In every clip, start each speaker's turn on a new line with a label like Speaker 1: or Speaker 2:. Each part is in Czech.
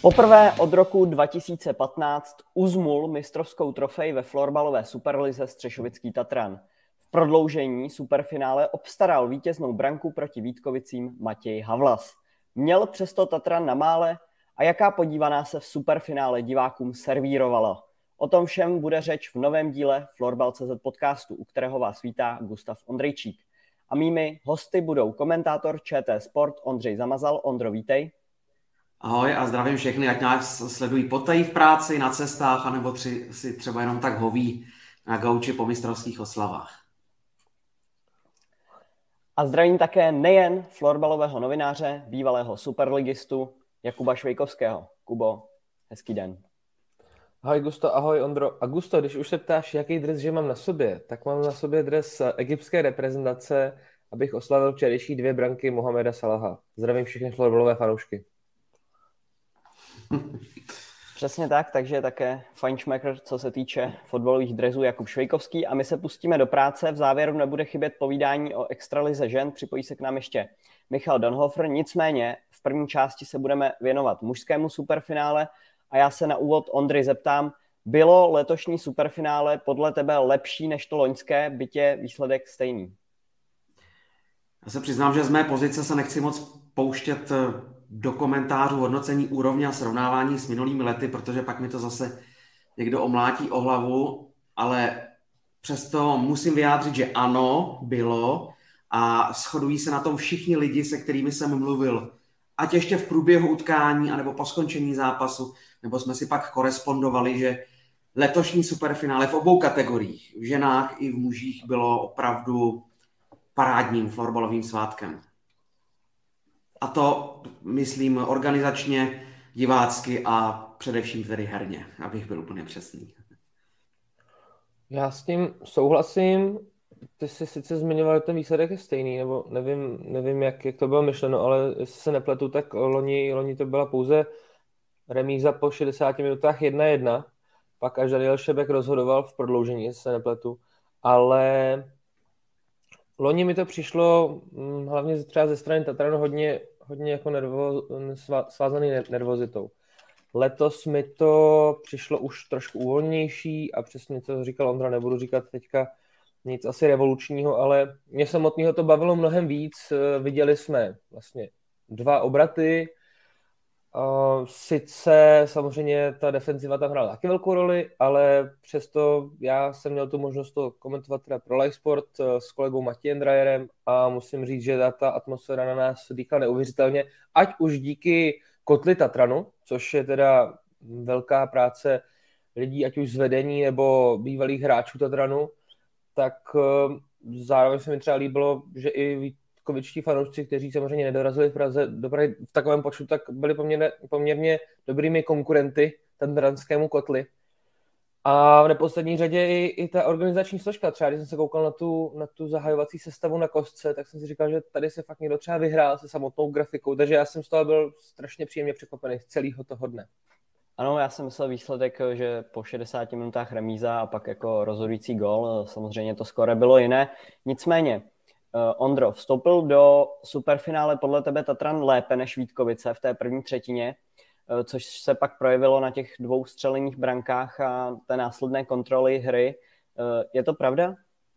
Speaker 1: Poprvé od roku 2015 uzmul mistrovskou trofej ve florbalové superlize Střešovický Tatran. V prodloužení superfinále obstaral vítěznou branku proti Vítkovicím Matěj Havlas. Měl přesto Tatran na mále a jaká podívaná se v superfinále divákům servírovala. O tom všem bude řeč v novém díle Florbal.cz podcastu, u kterého vás vítá Gustav Ondrejčík. A mými hosty budou komentátor ČT Sport Ondřej Zamazal. Ondro, vítej.
Speaker 2: Ahoj a zdravím všechny, ať nás sledují potají v práci, na cestách, anebo si třeba jenom tak hoví na gauči po mistrovských oslavách.
Speaker 1: A zdravím také nejen florbalového novináře, bývalého superligistu Jakuba Švejkovského. Kubo, hezký den.
Speaker 3: Ahoj Gusto, ahoj Ondro. A Gusto, když už se ptáš, jaký dres že mám na sobě, tak mám na sobě dres egyptské reprezentace, abych oslavil včerejší 2 branky Mohameda Salaha. Zdravím všechny florbalové fanoušky.
Speaker 1: Přesně tak, takže také fajnšmekr, co se týče fotbalových dresů, Jakub Švejkovský, a my se pustíme do práce. V závěru nebude chybět povídání o extralize žen, připojí se k nám ještě Michal Donhofer, nicméně v první části se budeme věnovat mužskému superfinále a já se na úvod Ondry zeptám, bylo letošní superfinále podle tebe lepší než to loňské, byť je výsledek stejný?
Speaker 2: Já se přiznám, že z mé pozice se nechci moc pouštět do komentářů hodnocení úrovně a srovnávání s minulými lety, protože pak mi to zase někdo omlátí o hlavu, ale přesto musím vyjádřit, že ano, bylo a shodují se na tom všichni lidi, se kterými jsem mluvil, ať ještě v průběhu utkání, anebo po skončení zápasu, nebo jsme si pak korespondovali, že letošní superfinále v obou kategoriích, v ženách i v mužích, bylo opravdu parádním florbalovým svátkem. A to, myslím, organizačně, divácky a především tedy herně, abych byl úplně přesný.
Speaker 3: Já s tím souhlasím. Ty jsi sice zmiňoval, že ten výsledek je stejný, nebo nevím jak to bylo myšleno, ale jestli se nepletu, tak loni to byla pouze remíza po 60 minutách 1-1, pak až Daniel Šebek rozhodoval v prodloužení, jestli se nepletu, ale loni mi to přišlo hlavně třeba ze strany Tatranu hodně jako svázaný nervozitou. Letos mi to přišlo už trošku uvolnější a přesně co říkal Ondra, nebudu říkat teďka nic asi revolučního, ale mě samotného to bavilo mnohem víc. Viděli jsme vlastně 2 obraty. Sice samozřejmě ta defenziva tam hrála taky velkou roli, ale přesto já jsem měl tu možnost to komentovat teda pro Live Sport s kolegou Matějem Drajerem a musím říct, že ta atmosféra na nás dýchla neuvěřitelně, ať už díky kotli Tatranu, což je teda velká práce lidí, ať už z vedení nebo bývalých hráčů Tatranu, tak zároveň se mi třeba líbilo, že i vítkovičtí fanoušci, kteří samozřejmě nedorazili v Praze do Prahy v takovém počtu, tak byli poměrně dobrými konkurenty tatranskému kotli. A v neposlední řadě i ta organizační složka. Třeba když jsem se koukal na tu zahajovací sestavu na kostce, tak jsem si říkal, že tady se fakt někdo třeba vyhrál se samotnou grafikou, takže já jsem z toho byl strašně příjemně překvapený z celého toho dne.
Speaker 1: Ano, já jsem myslel výsledek, že po 60 minutách remíza a pak jako rozhodující gól, samozřejmě to skóre bylo jiné. Nicméně, Ondro, vstoupil do superfinále podle tebe Tatran lépe než Vítkovice v té první třetině, což se pak projevilo na těch 2 střelených brankách a té následné kontroly hry. Je to pravda?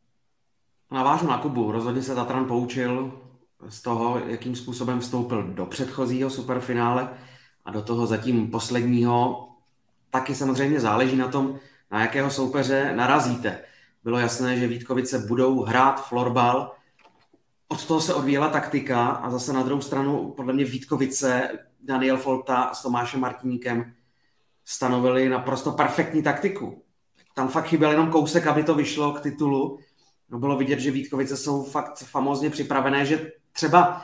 Speaker 2: Navážu na Kubu. Rozhodně se Tatran poučil z toho, jakým způsobem vstoupil do předchozího superfinále a do toho zatím posledního. Taky samozřejmě záleží na tom, na jakého soupeře narazíte. Bylo jasné, že Vítkovice budou hrát florbal. Od toho se odvíjela taktika a zase na druhou stranu podle mě Vítkovice, Daniel Folta s Tomášem Martiníkem stanovili naprosto perfektní taktiku. Tam fakt chyběl jenom kousek, aby to vyšlo k titulu. No bylo vidět, že Vítkovice jsou fakt famózně připravené, že třeba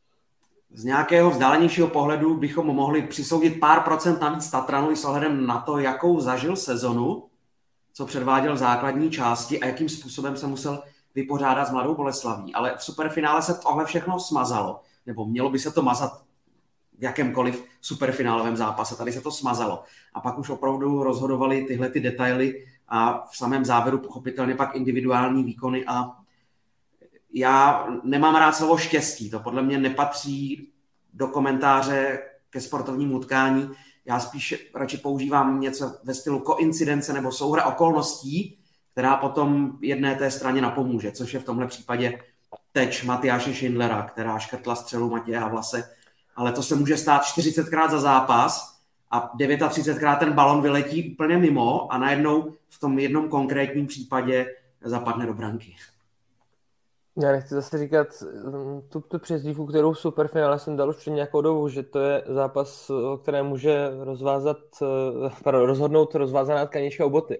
Speaker 2: z nějakého vzdálenějšího pohledu bychom mohli přisoudit pár procent navíc Tatranu i s ohledem na to, jakou zažil sezonu, co předváděl v základní části a jakým způsobem se musel vypořádat s Mladou Boleslaví. Ale v superfinále se tohle všechno smazalo, nebo mělo by se to mazat v jakémkoliv superfinálovém zápase. Tady se to smazalo. A pak už opravdu rozhodovali tyhle ty detaily a v samém závěru pochopitelně pak individuální výkony a já nemám rád slovo štěstí, to podle mě nepatří do komentáře ke sportovnímu utkání. Já spíš radši používám něco ve stylu koincidence nebo souhra okolností, která potom jedné té straně napomůže, což je v tomhle případě teč Matyáše Schindlera, která škrtla střelu Matěje Havlase. Ale to se může stát 40krát za zápas a 39krát ten balon vyletí úplně mimo a najednou v tom jednom konkrétním případě zapadne do branky.
Speaker 3: Já nechci zase říkat tu přezdívku, kterou v superfinále jsem dal už před nějakou dobu, že to je zápas, o kterém může rozhodnout rozvázaná tkanička u boty,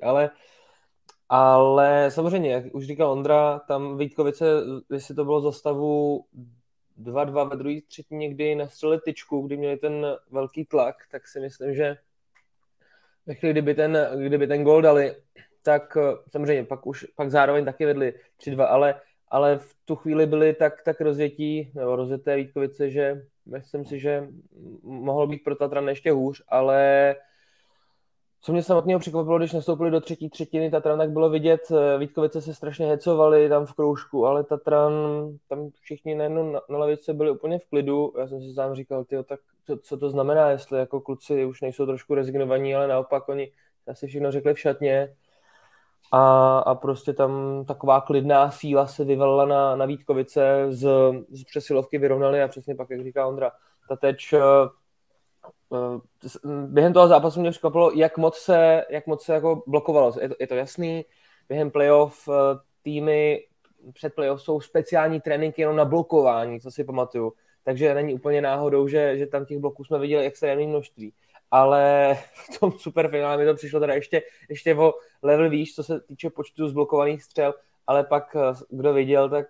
Speaker 3: ale samozřejmě, jak už říkal Ondra, tam Vítkovice, jestli to bylo za stavu 2-2 ve druhé třetině, kdy nastřelili tyčku, kdy měli ten velký tlak, tak si myslím, že ve chvíli, kdyby ten gól dali, tak samozřejmě pak zároveň taky vedli 3-2, ale v tu chvíli byli tak rozjeté Vítkovice, že myslím si, že mohlo být pro Tatran ještě hůř, ale co mě samotného překvapilo, když nastoupili do třetí třetiny Tatran, tak bylo vidět, Vítkovice se strašně hecovali tam v kroužku, ale Tatran, tam všichni najednou na lavice byli úplně v klidu. Já jsem si sám říkal, tak co to znamená, jestli jako kluci už nejsou trošku rezignovaní, ale naopak oni asi všechno řekli v šatně. A prostě tam taková klidná síla se vyvalila na Vítkovice, z přesilovky vyrovnali a přesně pak, jak říká Ondra, ta teč během toho zápasu mě překvapilo, jak moc se jako blokovalo. Je to jasný, během playoff týmy před playoff jsou speciální tréninky jenom na blokování, co si pamatuju. Takže není úplně náhodou, že tam těch bloků jsme viděli extrémní množství. Ale v tom superfinále mi to přišlo teda ještě o level výš, co se týče počtu zblokovaných střel, ale pak, kdo viděl, tak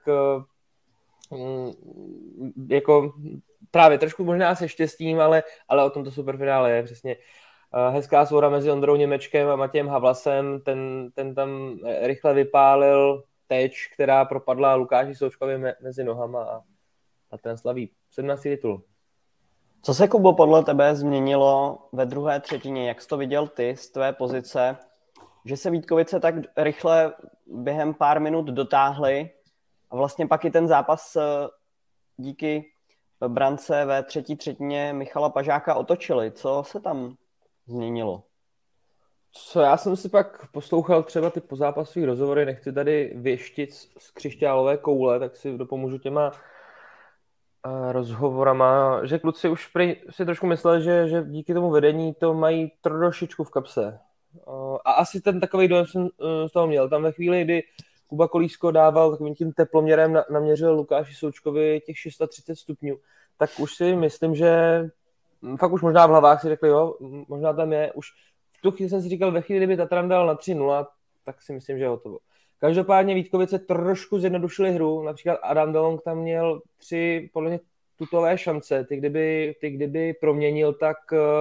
Speaker 3: jako právě trošku možná se štěstím, ale o tomto superfinále je přesně hezká svoura mezi Ondrou Němečkem a Matějem Havlasem, ten tam rychle vypálil teč, která propadla Lukáši Součkovi mezi nohama a ten slaví 17. titul.
Speaker 1: Co se, Kubo, podle tebe změnilo ve druhé třetině? Jak jsi to viděl ty z tvé pozice, že se Vítkovice tak rychle během pár minut dotáhly a vlastně pak i ten zápas díky brance ve třetí třetině Michala Pažáka otočili? Co se tam změnilo?
Speaker 3: Co já jsem si pak poslouchal třeba ty pozápasové rozhovory, nechci tady věštit z křišťálové koule, tak si dopomůžu těma rozhovorama, že kluci už si trošku mysleli, že díky tomu vedení to mají trošičku v kapse. A asi ten takový dojem jsem z toho měl. Tam ve chvíli, kdy Kuba Kolísko dával takovým tím teploměrem, naměřil Lukáši Součkovi těch 630 stupňů, tak už si myslím, že fakt už možná v hlavách si řekli, jo, možná tam je. Už v tu chvíli jsem si říkal, ve chvíli, kdyby Tatran dal na 3-0, tak si myslím, že je hotovo. Každopádně Vítkovice trošku zjednodušili hru, například Adam Delong tam měl 3 podle mě tutové šance, ty kdyby proměnil, tak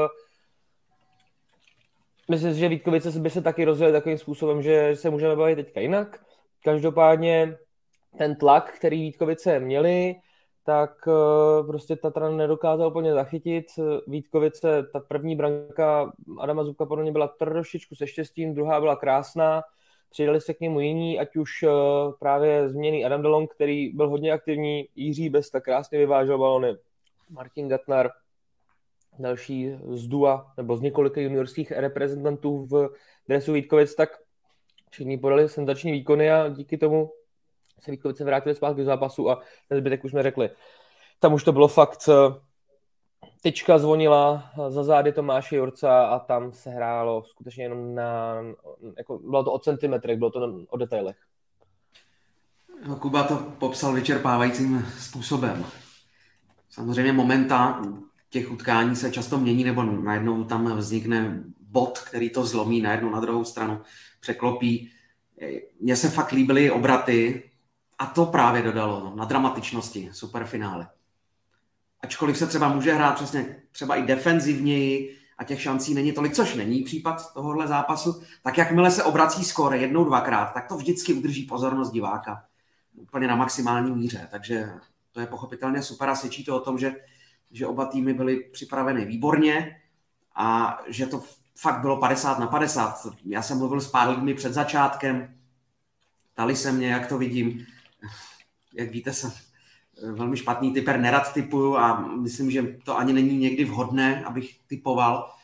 Speaker 3: myslím si, že Vítkovice by se taky rozjeli takovým způsobem, že se můžeme bavit teďka jinak. Každopádně ten tlak, který Vítkovice měli, tak prostě Tatran nedokázal úplně zachytit. Vítkovice, ta první branka Adama Zubka podle mě byla trošičku se štěstím, druhá byla krásná. Přidali se k němu jiní, ať už právě změněný Adam Delong, který byl hodně aktivní, Jiří Besta krásně vyvážel balony, Martin Gatnar, další z dua, nebo z několika juniorských reprezentantů v dresu Vítkovic, tak všichni podali senzační výkony a díky tomu se Vítkovice vrátili zpátky do zápasu a ten zbytek už jsme řekli. Tam už to bylo fakt, tyčka zvonila za zády Tomáše Jurca a tam se hrálo skutečně jenom jako bylo to o centimetrech, bylo to o detailech.
Speaker 2: No, Kuba to popsal vyčerpávajícím způsobem. Samozřejmě momenta těch utkání se často mění, nebo najednou tam vznikne bod, který to zlomí na jednu, na druhou stranu, překlopí. Mně se fakt líbily obraty a to právě dodalo na dramatičnosti superfinále. Ačkoliv se třeba může hrát přesně třeba i defenzivněji a těch šancí není tolik, což není případ tohohle zápasu, tak jakmile se obrací skóre jednou, dvakrát, tak to vždycky udrží pozornost diváka úplně na maximální míře. Takže to je pochopitelně super a svědčí to o tom, že oba týmy byly připraveny výborně a že to fakt bylo 50-50. Já jsem mluvil s pár lidmi před začátkem, ptali se mě, jak to vidím. Jak víte, jsem velmi špatný typer, nerad typuju a myslím, že to ani není někdy vhodné, abych typoval.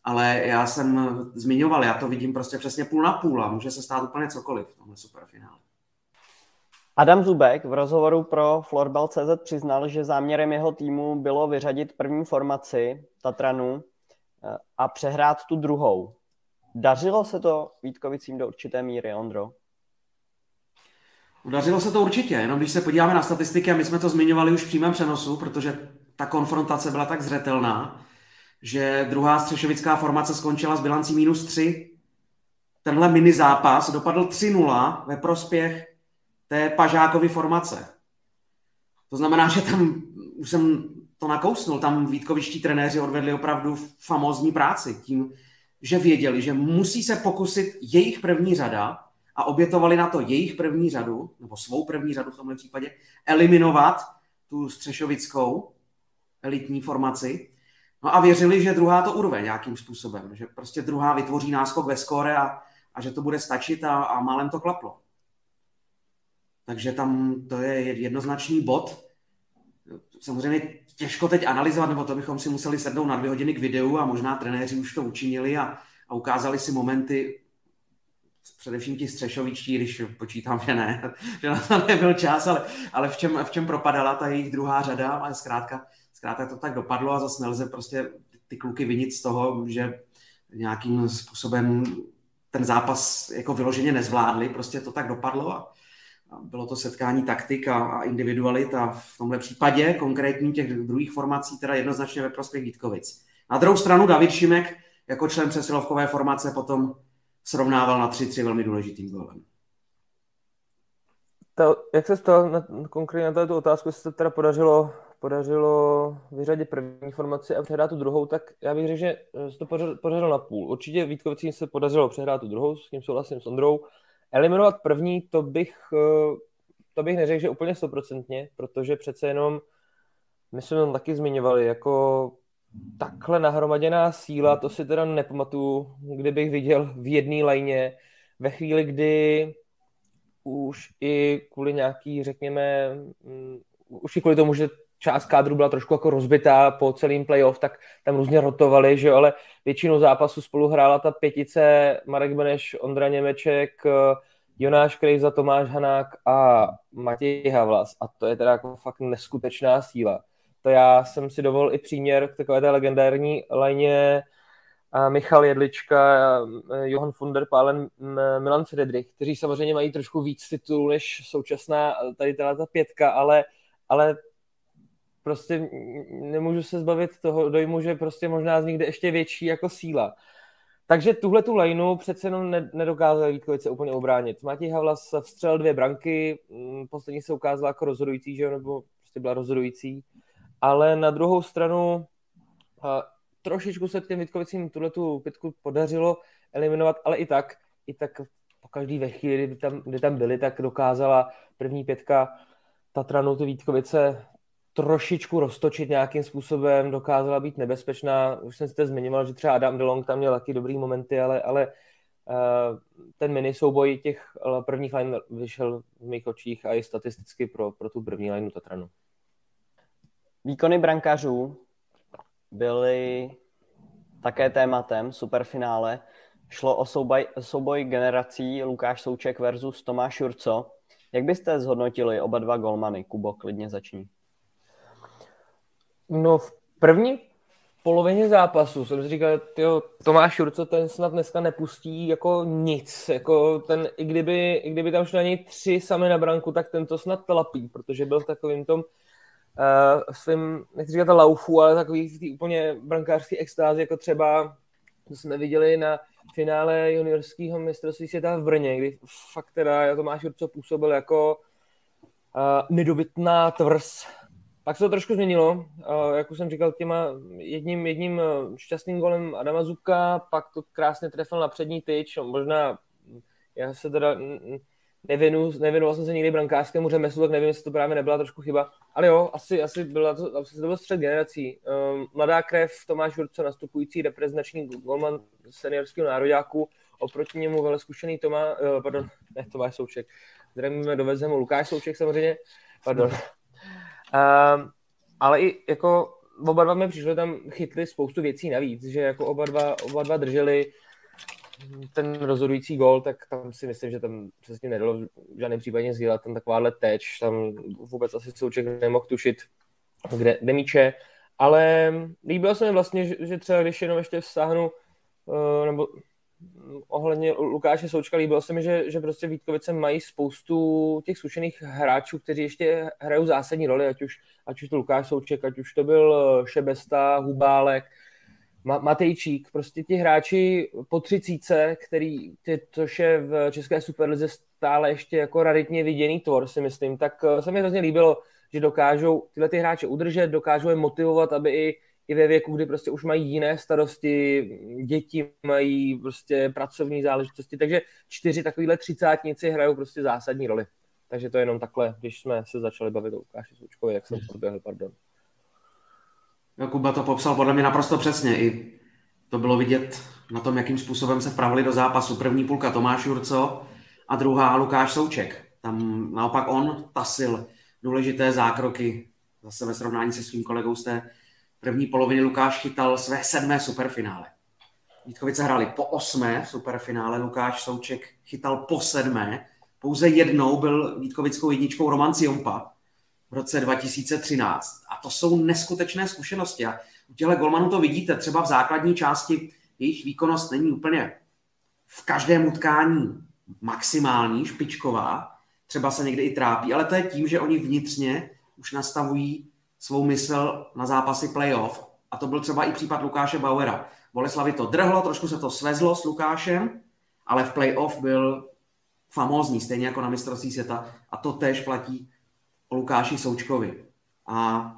Speaker 2: ale já jsem zmiňoval, já to vidím prostě přesně půl na půl a může se stát úplně cokoliv v tomhle superfinále.
Speaker 1: Adam Zubek v rozhovoru pro Florbal.cz přiznal, že záměrem jeho týmu bylo vyřadit první formaci Tatranu a přehrát tu druhou. Dařilo se to Vítkovicím do určité míry, Ondro?
Speaker 2: Dařilo se to určitě, jenom když se podíváme na statistiky, a my jsme to zmiňovali už v přímém přenosu, protože ta konfrontace byla tak zřetelná, že druhá střešovická formace skončila s bilancí -3. Tenhle mini zápas dopadl 3-0 ve prospěch té Pažákovy formace. To znamená, že tam, už jsem to nakousnul, tam vítkovičtí trenéři odvedli opravdu famózní práci tím, že věděli, že musí se pokusit jejich první řada a obětovali na to jejich první řadu, nebo svou první řadu v tomhle případě, eliminovat tu střešovickou elitní formaci. No a věřili, že druhá to urve nějakým způsobem, že prostě druhá vytvoří náskok ve skóre a že to bude stačit a málem to klaplo. Takže tam to je jednoznačný bod. Samozřejmě těžko teď analyzovat, nebo to bychom si museli sednout na 2 hodiny k videu a možná trenéři už to učinili a ukázali si momenty, především ti střešovičtí, když počítám, že ne, že na to nebyl čas, ale v čem propadala ta jejich druhá řada, ale zkrátka to tak dopadlo a zase nelze prostě ty kluky vinit z toho, že nějakým způsobem ten zápas jako vyloženě nezvládli, prostě to tak dopadlo a bylo to setkání taktik a individualit a v tomhle případě konkrétním těch druhých formací teda jednoznačně ve prospěch Vítkovic. Na druhou stranu David Šimek jako člen přesilovkové formace potom srovnával na 3-3 velmi důležitým gólem.
Speaker 3: Jak se stalo konkrétně na této otázku, jestli se teda podařilo vyřadit první formaci a přehrát tu druhou, tak já bych řekl, že se to podařilo na půl. Určitě Vítkovicím se podařilo přehrát tu druhou, s tím souhlasím s Ondrou. Eliminovat první, to bych neřekl, že úplně 100%, protože přece jenom, my jsme tam taky zmiňovali, jako takhle nahromaděná síla, to si teda nepamatuju, kdybych viděl v jedné lajně, ve chvíli, kdy už i kvůli nějaký, řekněme, už i kvůli tomu, že část kádru byla trošku jako rozbitá po celým playoff, tak tam různě rotovali, že jo, ale většinu zápasu spolu hrála ta pětice Marek Beneš, Ondra Němeček, Jonáš Krejza, Tomáš Hanák a Matěj Havlas. A to je teda jako fakt neskutečná síla. To já jsem si dovolil i příměr k takové té legendární lajně Michal Jedlička, Johan von der Palen, Milan Friedrich, kteří samozřejmě mají trošku víc titulů než současná tady ta pětka, ale prostě nemůžu se zbavit toho dojmu, že prostě možná z nich jde ještě větší jako síla. Takže tuhle tu lajnu přece jenom nedokázali Vítkovice úplně obránit. Matěj Havlas vstřelil 2 branky, poslední se ukázala jako rozhodující, že nebo prostě byla rozhodující, ale na druhou stranu trošičku se těm Vítkovicím tuhletu pětku podařilo eliminovat, ale i tak po každý ve chvíli, kdy tam byli, tak dokázala první pětka Tatranu ty Vítkovice trošičku roztočit nějakým způsobem, dokázala být nebezpečná. Už jsem si to zmiňoval, že třeba Adam DeLong tam měl taky dobrý momenty, ale ten mini souboj těch prvních line vyšel v mých očích a i statisticky pro tu první lineu Tatranu.
Speaker 1: Výkony brankářů byly také tématem superfinále. Šlo o souboj generací Lukáš Souček versus Tomáš Jurco. Jak byste zhodnotili oba dva golmany? Kubo, klidně začni.
Speaker 3: No v první polovině zápasu jsem si říkal, Tomáš Jurco ten snad dneska nepustí jako nic. Jako ten, i kdyby tam šlo na něj 3 sami na branku, tak ten to snad tlapí, protože byl v takovým tom svým, nechci říkat laufu, ale takový tý úplně brankářský extázi, jako třeba to jsme viděli na finále juniorského mistrovství světa v Brně, kdy fakt teda Tomáš Jurco působil jako nedobytná tvrz. Pak se to trošku změnilo, jak už jsem říkal, těma jedním šťastným golem Adama Zubka, pak to krásně trefil na přední tyč, možná já se teda nevěnoval jsem se nikdy brankářskému řemeslu, tak nevím, jestli to právě nebyla trošku chyba, ale jo, asi to byl střed generací. Mladá krev, Tomáš Jurco, nastupující reprezentační golman seniorského nároďáku, oproti němu velmi zkušený Tomáš Souček, zdravíme, dovezeme Lukáš Souček samozřejmě, pardon. Ale i jako oba dva mi přišlo, tam chytli spoustu věcí navíc, že jako oba dva drželi ten rozhodující gól, tak tam si myslím, že tam přesně nedalo v žádném případě sdílet tam takováhle teč, tam vůbec asi Souček nemohl tušit, kde míče, ale líbilo se mi vlastně, že třeba když jenom ještě vstáhnu, nebo ohledně Lukáše Součka, líbilo se mi, že prostě Vítkovice mají spoustu těch zkušených hráčů, kteří ještě hrajou zásadní roli, ať už to Lukáš Souček, ať už to byl Šebesta, Hubálek, Matejčík, prostě ti hráči po 30, což je v české superlize stále ještě jako raritně viděný tvor, si myslím, tak se mi hrozně líbilo, že dokážou tyhle ty hráče udržet, dokážou je motivovat, aby i ve věku, kdy prostě už mají jiné starosti, děti mají prostě pracovní záležitosti, takže 4 takovýhle 30-tníci hrajou prostě zásadní roli. Takže to je jenom takhle, když jsme se začali bavit o Lukáši Součkovi, jak jsem proběhl, pardon.
Speaker 2: No, Kuba to popsal podle mě naprosto přesně. I to bylo vidět na tom, jakým způsobem se vpravili do zápasu. První půlka Tomáš Jurco a druhá Lukáš Souček. Tam naopak on tasil důležité zákroky zase ve srovnání se svým kolegou z té první poloviny. Lukáš chytal své 7. superfinále. Vítkovice hráli po 8. superfinále, Lukáš Souček chytal po 7. Pouze jednou byl vítkovickou jedničkou Roman Ciompa v roce 2013. A to jsou neskutečné zkušenosti. A u těchto golmanů to vidíte, třeba v základní části jejich výkonnost není úplně v každém utkání maximální, špičková, třeba se někdy i trápí, ale to je tím, že oni vnitřně už nastavují svou mysl na zápasy playoff. A to byl třeba i případ Lukáše Bauera. Boleslavi to drhlo, trošku se to svezlo s Lukášem, ale v playoff byl famózní, stejně jako na mistrovství světa. A to též platí o Lukáši Součkovi. A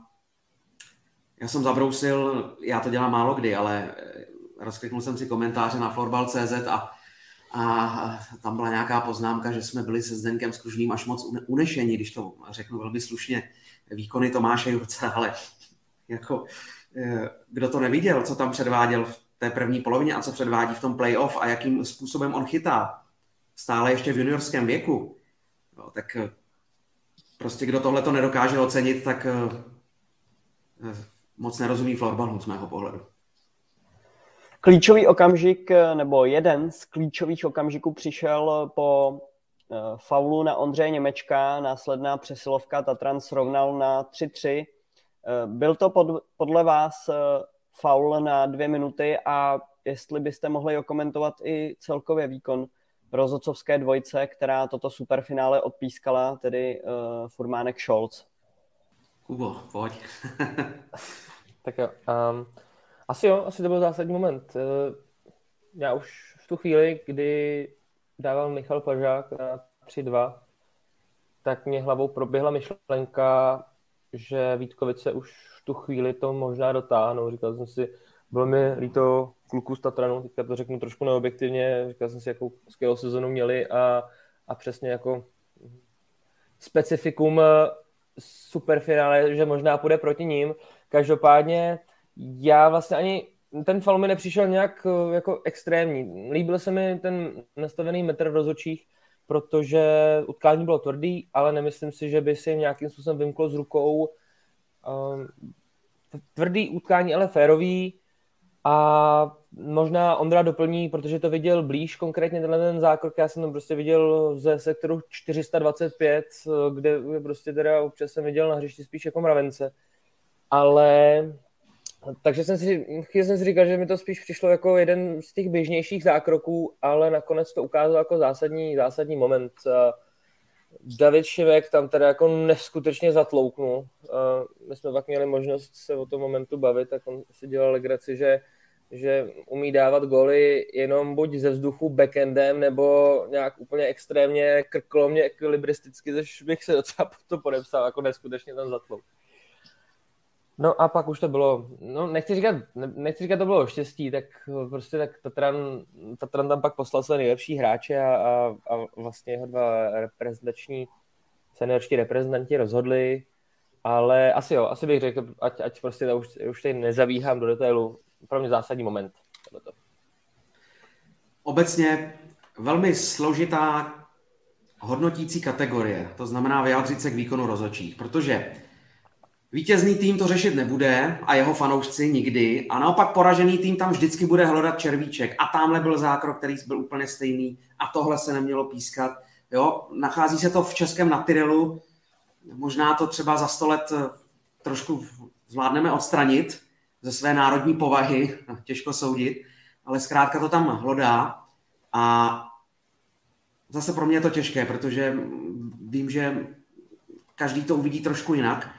Speaker 2: já jsem zabrousil, já to dělám málo kdy, ale rozkliknul jsem si komentáře na Florbal.cz a tam byla nějaká poznámka, že jsme byli se Zdenkem Skružným až moc unešení, když to řeknu velmi slušně, výkony Tomáše Jurce, ale jako, kdo to neviděl, co tam předváděl v té první polovině a co předvádí v tom playoff a jakým způsobem on chytá, stále ještě v juniorském věku, no, tak prostě kdo tohle to nedokáže ocenit, tak moc nerozumí florbalu z mého pohledu.
Speaker 1: Klíčový okamžik, nebo jeden z klíčových okamžiků přišel po faulu na Ondřeje Němečka, následná přesilovka, Tatran srovnal na 3-3. Byl to podle vás faul na 2 minuty a jestli byste mohli okomentovat i celkově výkon rozhodcovské dvojce, která toto superfinále odpískala, tedy Furmánek-Scholz.
Speaker 2: Kubo, pojď.
Speaker 3: Tak jo. Asi to byl zásadní moment. Já už v tu chvíli, kdy dával Michal Pažák na 3-2, tak mě hlavou proběhla myšlenka, že Vítkovice už v tu chvíli to možná dotáhnou. Říkal jsem si, bylo mi líto kluků z Tatranu, teďka to řeknu trošku neobjektivně, říkal jsem si, jakou skvělou sezonu měli a přesně jako specifikum superfinále, že možná půjde proti ním. Každopádně já vlastně ani ten faul mi nepřišel nějak jako extrémní. Líbil se mi ten nastavený metr v rozhodčích, protože utkání bylo tvrdý, ale nemyslím si, že by si nějakým způsobem vymklo z rukou. Tvrdý utkání, ale férový a možná Ondra doplní, protože to viděl blíž, konkrétně ten zákrok, já jsem to prostě viděl ze sektoru 425, kde prostě teda občas jsem viděl na hřišti spíš jako mravence, ale takže jsem si říkal, že mi to spíš přišlo jako jeden z těch běžnějších zákroků, ale nakonec to ukázalo jako zásadní moment. David Šivek tam teda jako neskutečně zatlouknul. My jsme pak měli možnost se o tom momentu bavit, tak on si dělal legraci, že umí dávat góly jenom buď ze vzduchu backendem, nebo nějak úplně extrémně krkolomně ekvilibristicky, což bych se docela to podepsal, jako neskutečně tam zatlouk. No a pak už to bylo, no nechci říkat to bylo štěstí, tak prostě tak Tatran tam pak poslal své nejlepší hráče a vlastně jeho 2 seniorští reprezentanti rozhodli, ale asi bych řekl, ať prostě už tady nezavíhám do detailu, pro mě zásadní moment.
Speaker 2: Obecně velmi složitá hodnotící kategorie, to znamená vyjádřit se k výkonu rozhodčích, protože Vítězný tým to řešit nebude a jeho fanoušci nikdy. A naopak poražený tým tam vždycky bude hledat červíček. A tamhle byl zákrok, který byl úplně stejný. A tohle se nemělo pískat. Jo, nachází se to v českém Natyrelu. Možná to třeba za 100 let trošku zvládneme odstranit ze své národní povahy. Těžko soudit. Ale zkrátka to tam hlodá. A zase pro mě je to těžké, protože vím, že každý to uvidí trošku jinak.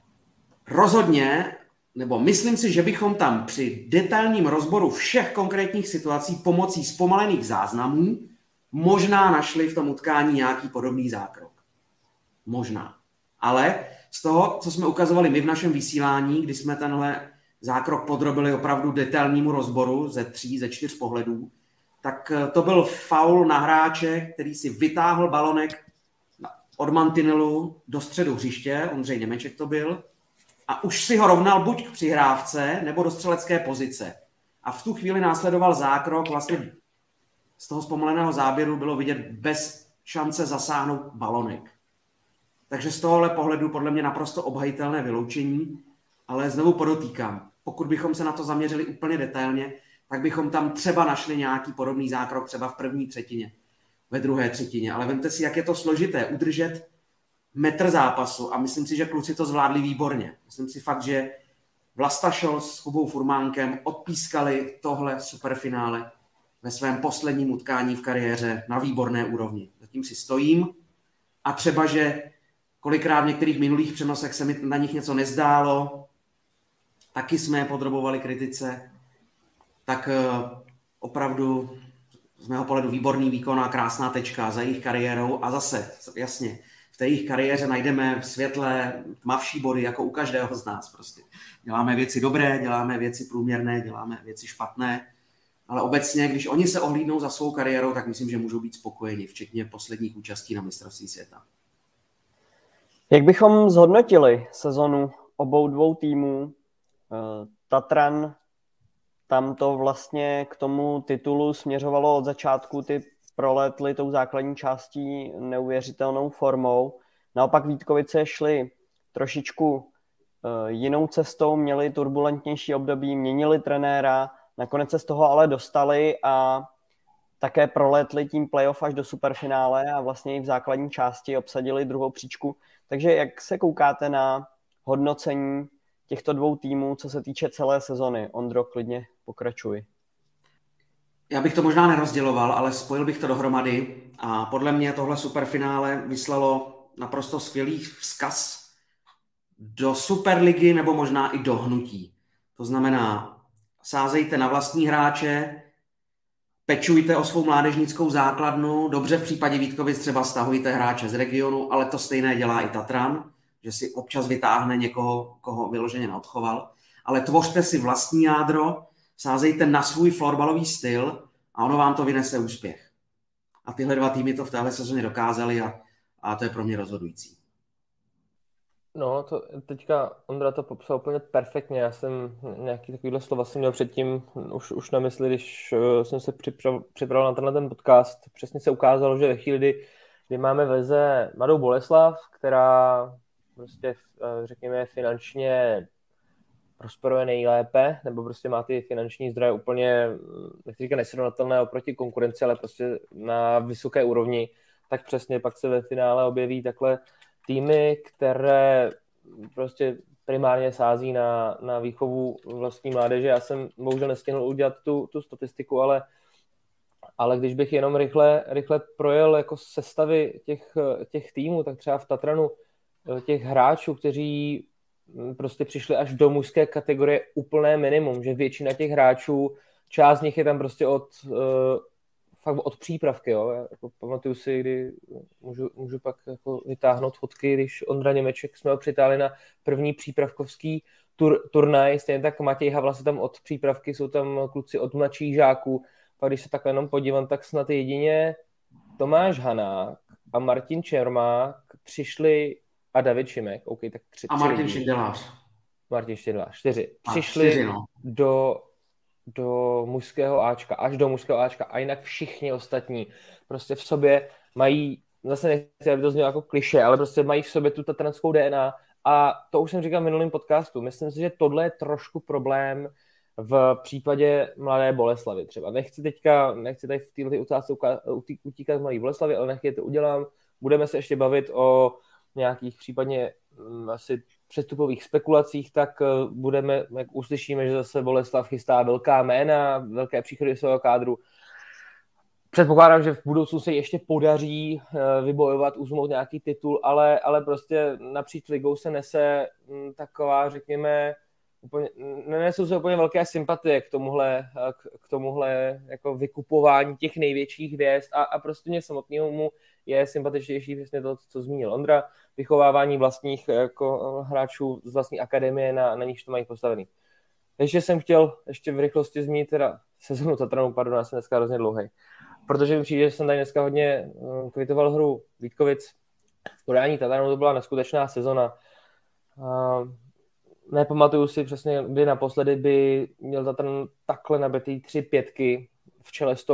Speaker 2: Rozhodně, nebo myslím si, že bychom tam při detailním rozboru všech konkrétních situací pomocí zpomalených záznamů možná našli v tom utkání nějaký podobný zákrok. Možná. Ale z toho, co jsme ukazovali my v našem vysílání, kdy jsme tenhle zákrok podrobili opravdu detailnímu rozboru ze 4 pohledů, tak to byl faul na hráče, který si vytáhl balonek od mantinelu do středu hřiště, Ondřej Němeček to byl, a už si ho rovnal buď k přihrávce, nebo do střelecké pozice. A v tu chvíli následoval zákrok, vlastně z toho zpomaleného záběru bylo vidět bez šance zasáhnout balonek. Takže z tohohle pohledu podle mě naprosto obhajitelné vyloučení, ale znovu podotýkám, pokud bychom se na to zaměřili úplně detailně, tak bychom tam třeba našli nějaký podobný zákrok třeba v první třetině, ve druhé třetině. Ale vemte si, jak je to složité udržet metr zápasu a myslím si, že kluci to zvládli výborně. Myslím si fakt, že Vlasta Šol s Kubou Furmánkem odpískali tohle superfinále ve svém posledním utkání v kariéře na výborné úrovni. Zatím si stojím a třeba, že kolikrát v některých minulých přenosech se mi na nich něco nezdálo, taky jsme je podrobovali kritice, tak opravdu z mého pohledu výborný výkon a krásná tečka za jejich kariérou a zase, jasně, v té jejich kariéře najdeme světlé, tmavší body, jako u každého z nás prostě. Děláme věci dobré, děláme věci průměrné, děláme věci špatné, ale obecně, když oni se ohlídnou za svou kariérou, tak myslím, že můžou být spokojeni, včetně posledních účastí na mistrovství světa.
Speaker 1: Jak bychom zhodnotili sezonu obou dvou týmů? Tatran, tam to vlastně k tomu titulu směřovalo od začátku, ty prolétly tou základní částí neuvěřitelnou formou. Naopak Vítkovice šly trošičku jinou cestou, měli turbulentnější období, měnili trenéra, nakonec se z toho ale dostali a také prolétli tím playoff až do superfinále a vlastně i v základní části obsadili druhou příčku. Takže jak se koukáte na hodnocení těchto dvou týmů, co se týče celé sezony? Ondro, klidně pokračuj.
Speaker 2: Já bych to možná nerozděloval, ale spojil bych to dohromady a podle mě tohle superfinále vyslalo naprosto skvělý vzkaz do Superligy nebo možná i do hnutí. To znamená, sázejte na vlastní hráče, pečujte o svou mládežnickou základnu, dobře v případě Vítkovic třeba stahujte hráče z regionu, ale to stejné dělá i Tatran, že si občas vytáhne někoho, koho vyloženě neodchoval, ale tvořte si vlastní jádro, sázejte na svůj florbalový styl a ono vám to vynese úspěch. A tyhle dva týmy to v téhle sezóně dokázali a to je pro mě rozhodující.
Speaker 3: No, to teďka Ondra to popsal úplně perfektně. Já jsem nějaký takovýhle slova jsem měl předtím už na mysli, když jsem se připravil na ten podcast. Přesně se ukázalo, že ve chvíli, kdy máme v lize Mladou Boleslav, která prostě, řekněme, finančně prosperuje nejlépe, nebo prostě má ty finanční zdroje úplně, nechci říkat nesrovnatelné oproti konkurenci, ale prostě na vysoké úrovni, tak přesně pak se ve finále objeví takhle týmy, které prostě primárně sází na výchovu vlastní mládeže. Já jsem bohužel nestihl udělat tu statistiku, ale když bych jenom rychle projel jako sestavy těch týmů, tak třeba v Tatranu těch hráčů, kteří prostě přišli až do mužské kategorie úplné minimum, že většina těch hráčů, část z nich je tam prostě od přípravky, jo. Jako pamatuju si, kdy můžu pak jako vytáhnout fotky, když Ondra Němeček jsme ho přitáhli na první přípravkovský turnaj, stejně tak Matěj Havla se tam od přípravky, jsou tam kluci od mladších žáků, pak když se takhle jenom podívám, tak snad jedině Tomáš Hanák a Martin Čermák přišli a David Šimek, OK, tak tři.
Speaker 2: A Martin Šindelář.
Speaker 3: Martin Šindelář, 4. Přišli do mužského Ačka, až do mužského Ačka a jinak všichni ostatní prostě v sobě mají, zase nechci, aby to znělo jako klišé, ale prostě mají v sobě tu tatranskou DNA A to už jsem říkal v minulém podcastu. Myslím si, že tohle je trošku problém v případě Mladé Boleslavy třeba. Nechci tady v této otázce utíkat z Mladé Boleslavy, ale nechci to udělám. Budeme se ještě bavit o nějakých případně asi přestupových spekulacích, tak budeme, jak uslyšíme, že zase Boleslav chystá velká jména, velké příchody svého kádru. Předpokládám, že v budoucnu se ještě podaří vybojovat, uzmout nějaký titul, ale prostě napříč ligou se nese taková, řekněme, nesou se úplně velké sympatie k tomuhle jako vykupování těch největších hvězd a prostě mě samotného mu je sympatičnější přesně to, co zmínil Ondra, vychovávání vlastních jako hráčů z vlastní akademie, na níž to mají postavený. Ještě jsem chtěl v rychlosti zmínit teda sezonu Tatranu, pardon, já jsem dneska hrozně dlouhej, protože mi přijde, že jsem tady dneska hodně kvitoval hru Vítkovic. V podání Tatranu to byla neskutečná sezona. Nepamatuju si přesně, kdy naposledy by měl Tatran takhle nabitý 3 pětky v čele s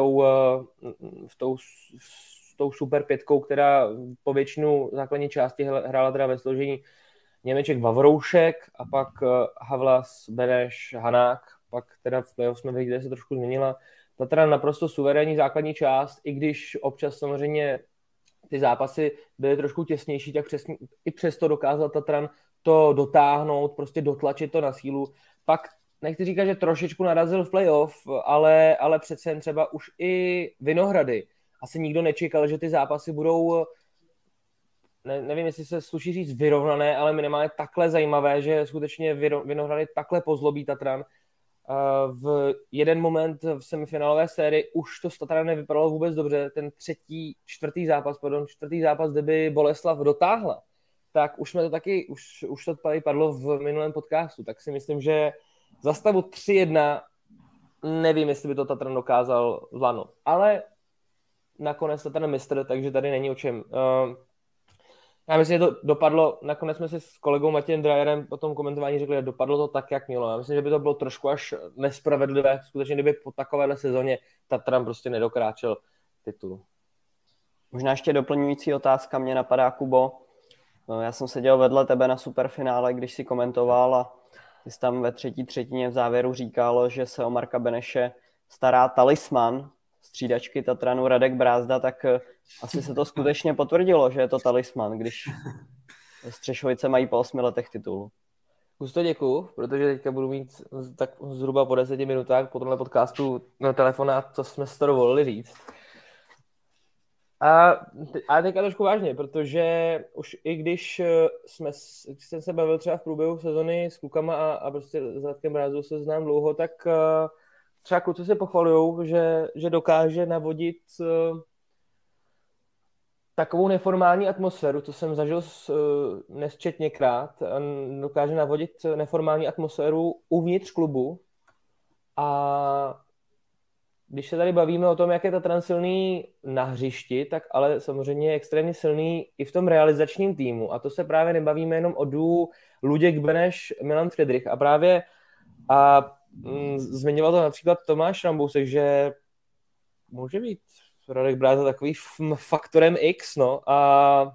Speaker 3: tou super pětkou, která po většinu základní části hrála teda ve složení Němeček, Vavroušek a pak Havlas, Beneš, Hanák. Pak teda v playoff jsme viděli, že se trošku změnila. Tatran naprosto suverénní základní část, i když občas samozřejmě ty zápasy byly trošku těsnější, tak přesně, i přesto dokázal Tatran to dotáhnout, prostě dotlačit to na sílu. Pak nechci říkat, že trošičku narazil v playoff, ale přece jen třeba už i Vinohrady. Asi nikdo nečekal, že ty zápasy budou, nevím, jestli se sluší říct vyrovnané, ale minimálně takhle zajímavé, že skutečně Vinohrady takhle pozlobí Tatran. V jeden moment v semifinálové sérii už to s Tatranem nevypadalo vůbec dobře. Ten čtvrtý zápas, kde by Boleslav dotáhla, tak už jsme to taky, už to tady padlo v minulém podcastu, tak si myslím, že za stavu 3-1 nevím, jestli by to Tatran dokázal zvládnout. Ale nakonec Tatran mistr, takže tady není o čem. Já myslím, že to dopadlo, nakonec jsme si s kolegou Matějem Drajerem po tom komentování řekli, že dopadlo to tak, jak mělo. Já myslím, že by to bylo trošku až nespravedlivé, skutečně kdyby po takovéhle sezóně Tatran prostě nedokráčel titul.
Speaker 1: Možná ještě doplňující otázka mě napadá, Kubo. Já jsem seděl vedle tebe na superfinále, když si komentoval a ty jsi tam ve třetí třetině v závěru říkal, že se o Marka Beneše stará talisman střídačky Tatranu Radek Brázda, tak asi se to skutečně potvrdilo, že je to talisman, když Střešovice mají po 8 letech titul.
Speaker 3: Gusto, děkuju, protože teďka budu mít tak zhruba po 10 minutách po tomhle podcastu na telefonát, co jsme si to dovolili říct. A teďka trošku vážně, protože už i když jsem se bavil třeba v průběhu sezony s klukama a prostě s Radkem Brázdou se znám dlouho, tak třeba kluci se pochvalujou, že dokáže navodit takovou neformální atmosféru, to jsem zažil nesčetněkrát, dokáže navodit neformální atmosféru uvnitř klubu. A když se tady bavíme o tom, jak je Tatran silný na hřišti, tak ale samozřejmě je extrémně silný i v tom realizačním týmu. A to se právě nebavíme jenom o duo Luděk Beneš, Milan Friedrich. A právě zmiňoval to například Tomáš Rambousek, že může být Radek Brázda takový faktorem X, no. A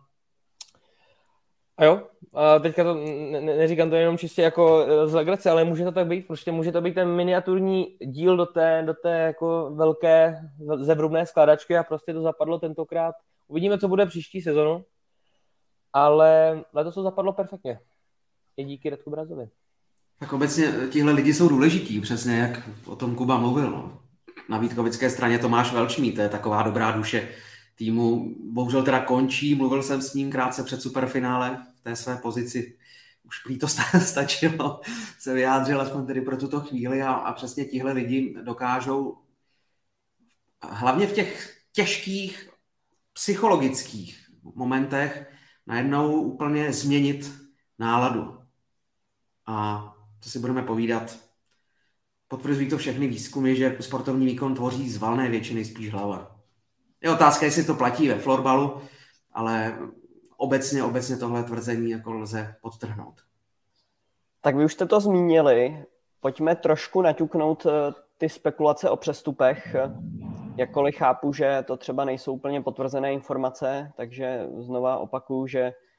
Speaker 3: jo, a teďka to neříkám to jenom čistě jako z legrace, ale může to tak být, prostě může to být ten miniaturní díl do té jako velké zevrubné skládačky a prostě to zapadlo tentokrát. Uvidíme, co bude příští sezonu, ale letos to zapadlo perfektně. I díky Radku Brázdovi.
Speaker 2: Tak obecně tihle lidi jsou důležití, přesně jak o tom Kuba mluvil. No. Na vítkovické straně Tomáš Velčmí, to je taková dobrá duše týmu. Bohužel teda končí, mluvil jsem s ním krátce před superfinále v té své pozici. Už prý to stačilo, se vyjádřil aspoň tedy pro tuto chvíli a přesně tihle lidi dokážou hlavně v těch těžkých psychologických momentech najednou úplně změnit náladu. A to si budeme povídat. Potvrzují to všechny výzkumy, že sportovní výkon tvoří z valné většiny spíš hlava. Je otázka, jestli to platí ve florbalu, ale obecně tohle tvrzení jako lze podtrhnout.
Speaker 1: Tak vy už jste to zmínili. Pojďme trošku naťuknout ty spekulace o přestupech. Jakkoliv chápu, že to třeba nejsou úplně potvrzené informace, takže znova opakuju, že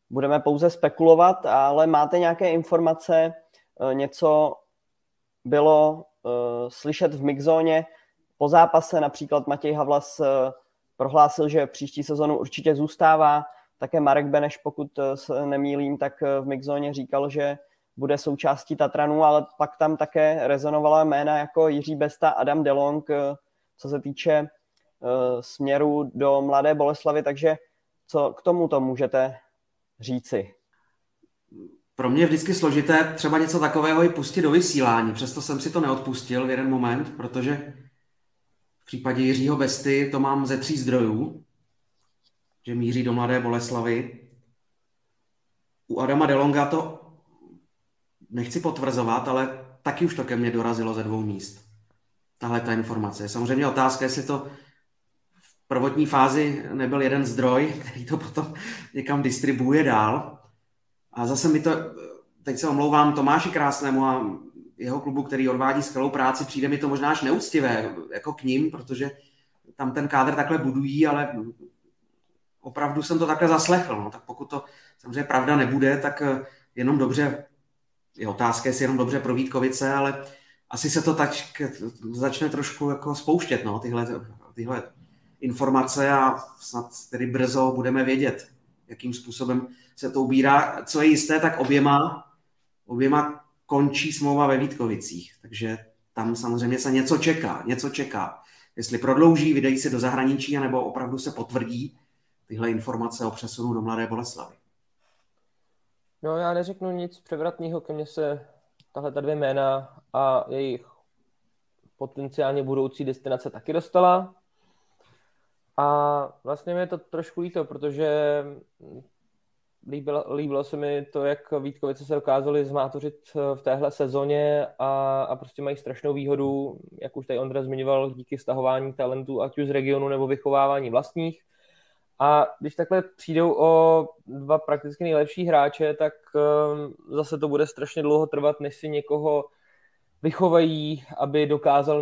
Speaker 1: budeme pouze spekulovat, ale máte nějaké informace, něco bylo slyšet v mixzóně po zápase, například Matěj Havlas prohlásil, že příští sezonu určitě zůstává, také Marek Beneš, pokud se nemýlím, tak v mixzóně říkal, že bude součástí Tatranu, ale pak tam také rezonovala jména jako Jiří Besta, Adam DeLong, co se týče směru do Mladé Boleslavi, takže co k tomuto můžete říci?
Speaker 2: Pro mě je vždycky složité třeba něco takového i pustit do vysílání, přesto jsem si to neodpustil v jeden moment, protože v případě Jiřího Besty to mám ze 3 zdrojů, že míří do Mladé Boleslavy. U Adama DeLonga to nechci potvrzovat, ale taky už to ke mně dorazilo ze 2 míst. Tahle ta informace. Samozřejmě otázka, jestli to v prvotní fázi nebyl jeden zdroj, který to potom někam distribuuje dál. A zase mi to, teď se omlouvám Tomáši Krásnému a jeho klubu, který odvádí skvělou práci, přijde mi to možná až neúctivé jako k ním, protože tam ten kádr takhle budují, ale opravdu jsem to takhle zaslechl. No. Tak pokud to samozřejmě pravda nebude, tak jenom dobře, je otázka, jestli jenom dobře pro Vítkovice, ale asi se to tak začne trošku jako spouštět, no, tyhle informace a snad tedy brzo budeme vědět, jakým způsobem se to ubírá. Co je jisté, tak oběma končí smlouva ve Vítkovicích, takže tam samozřejmě se něco čeká. Jestli prodlouží, vydají se do zahraničí, anebo opravdu se potvrdí tyhle informace o přesunu do Mladé Boleslavy.
Speaker 3: No, já neřeknu nic převratného, ke mně se tahle 2 jména a jejich potenciálně budoucí destinace taky dostala. A vlastně mi je to trošku líto, protože líbilo se mi to, jak Vítkovice se dokázali zmátořit v téhle sezóně a prostě mají strašnou výhodu, jak už tady Ondra zmiňoval, díky stahování talentů, ať už z regionu nebo vychovávání vlastních. A když takhle přijdou o 2 prakticky nejlepší hráče, tak zase to bude strašně dlouho trvat, než si někoho vychovají, aby dokázal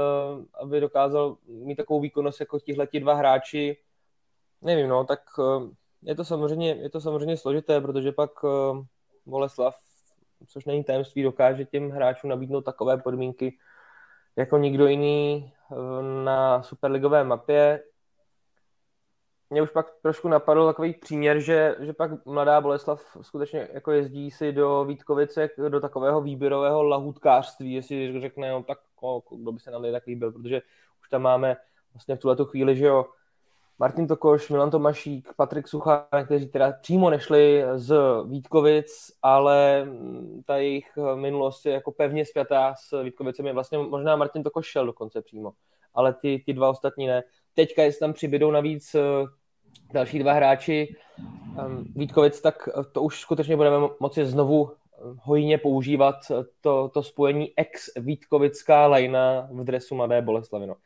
Speaker 3: mít takovou výkonnost jako tihleti 2 hráči. Nevím, no, tak je to samozřejmě složité, protože pak Boleslav, což není tajemství, dokáže těm hráčům nabídnout takové podmínky jako nikdo jiný na superligové mapě. Mě už pak trošku napadl takový příměr, že pak Mladá Boleslav skutečně jako jezdí si do Vítkovice do takového výběrového lahůdkářství, jestli řekne, no, tak kdo by se nám tak líbil, protože už tam máme vlastně v tuhletu chvíli, že jo, Martin Tokoš, Milan Tomašík, Patrik Suchá, kteří teda přímo nešli z Vítkovic, ale ta jejich minulost je jako pevně spjatá s Vítkovicemi. Vlastně možná Martin Tokoš šel dokonce přímo, ale ty 2 ostatní ne. Teďka, jestli tam přibydou navíc další 2 hráči Vítkovic, tak to už skutečně budeme moci znovu hojně používat to spojení ex-vítkovická lajna v dresu Mladé Boleslavy. No.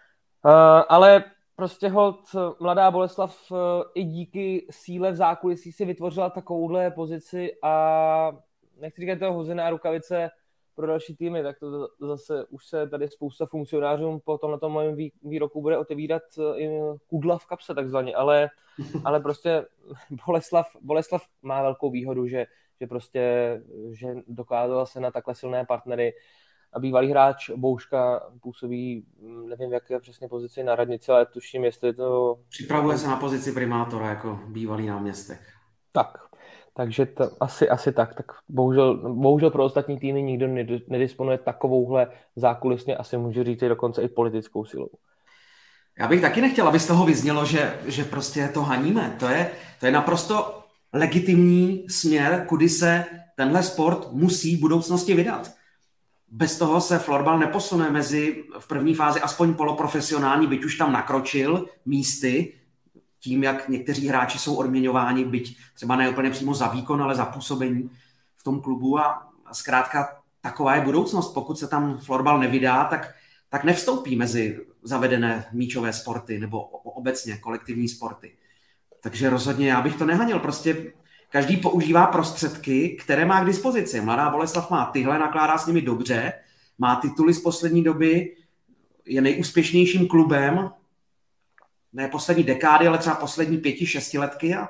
Speaker 3: Ale prostě holt Mladá Boleslav i díky síle v zákulisí si vytvořila takovouhle pozici a nechci říkat toho hozená rukavice pro další týmy, tak to zase už se tady spousta funkcionářům po tomhletom mém výroku bude otevírat kudla v kapse takzvaně, ale prostě Boleslav má velkou výhodu, že dokázala se na takhle silné partnery a bývalý hráč Bouška působí, nevím, v jaké přesně pozici na radnici, ale tuším, jestli to...
Speaker 2: Připravuje se na pozici primátora jako bývalý náměstek.
Speaker 3: Takže to asi tak. Tak bohužel pro ostatní týmy nikdo nedisponuje takovouhle zákulisně, asi můžu říct dokonce i politickou silou.
Speaker 2: Já bych taky nechtěl, aby z toho vyznělo, že prostě to haníme. To je naprosto legitimní směr, kudy se tenhle sport musí v budoucnosti vydat. Bez toho se florbal neposune mezi v první fázi aspoň poloprofesionální, byť už tam nakročil místy, tím, jak někteří hráči jsou odměňováni, byť třeba ne úplně přímo za výkon, ale za působení v tom klubu a zkrátka taková je budoucnost. Pokud se tam florbal nevydá, tak nevstoupí mezi zavedené míčové sporty nebo obecně kolektivní sporty. Takže rozhodně já bych to nehanil. Prostě každý používá prostředky, které má k dispozici. Mladá Boleslav má tyhle, nakládá s nimi dobře, má tituly z poslední doby, je nejúspěšnějším klubem, ne poslední dekády, ale třeba poslední 5-6 letky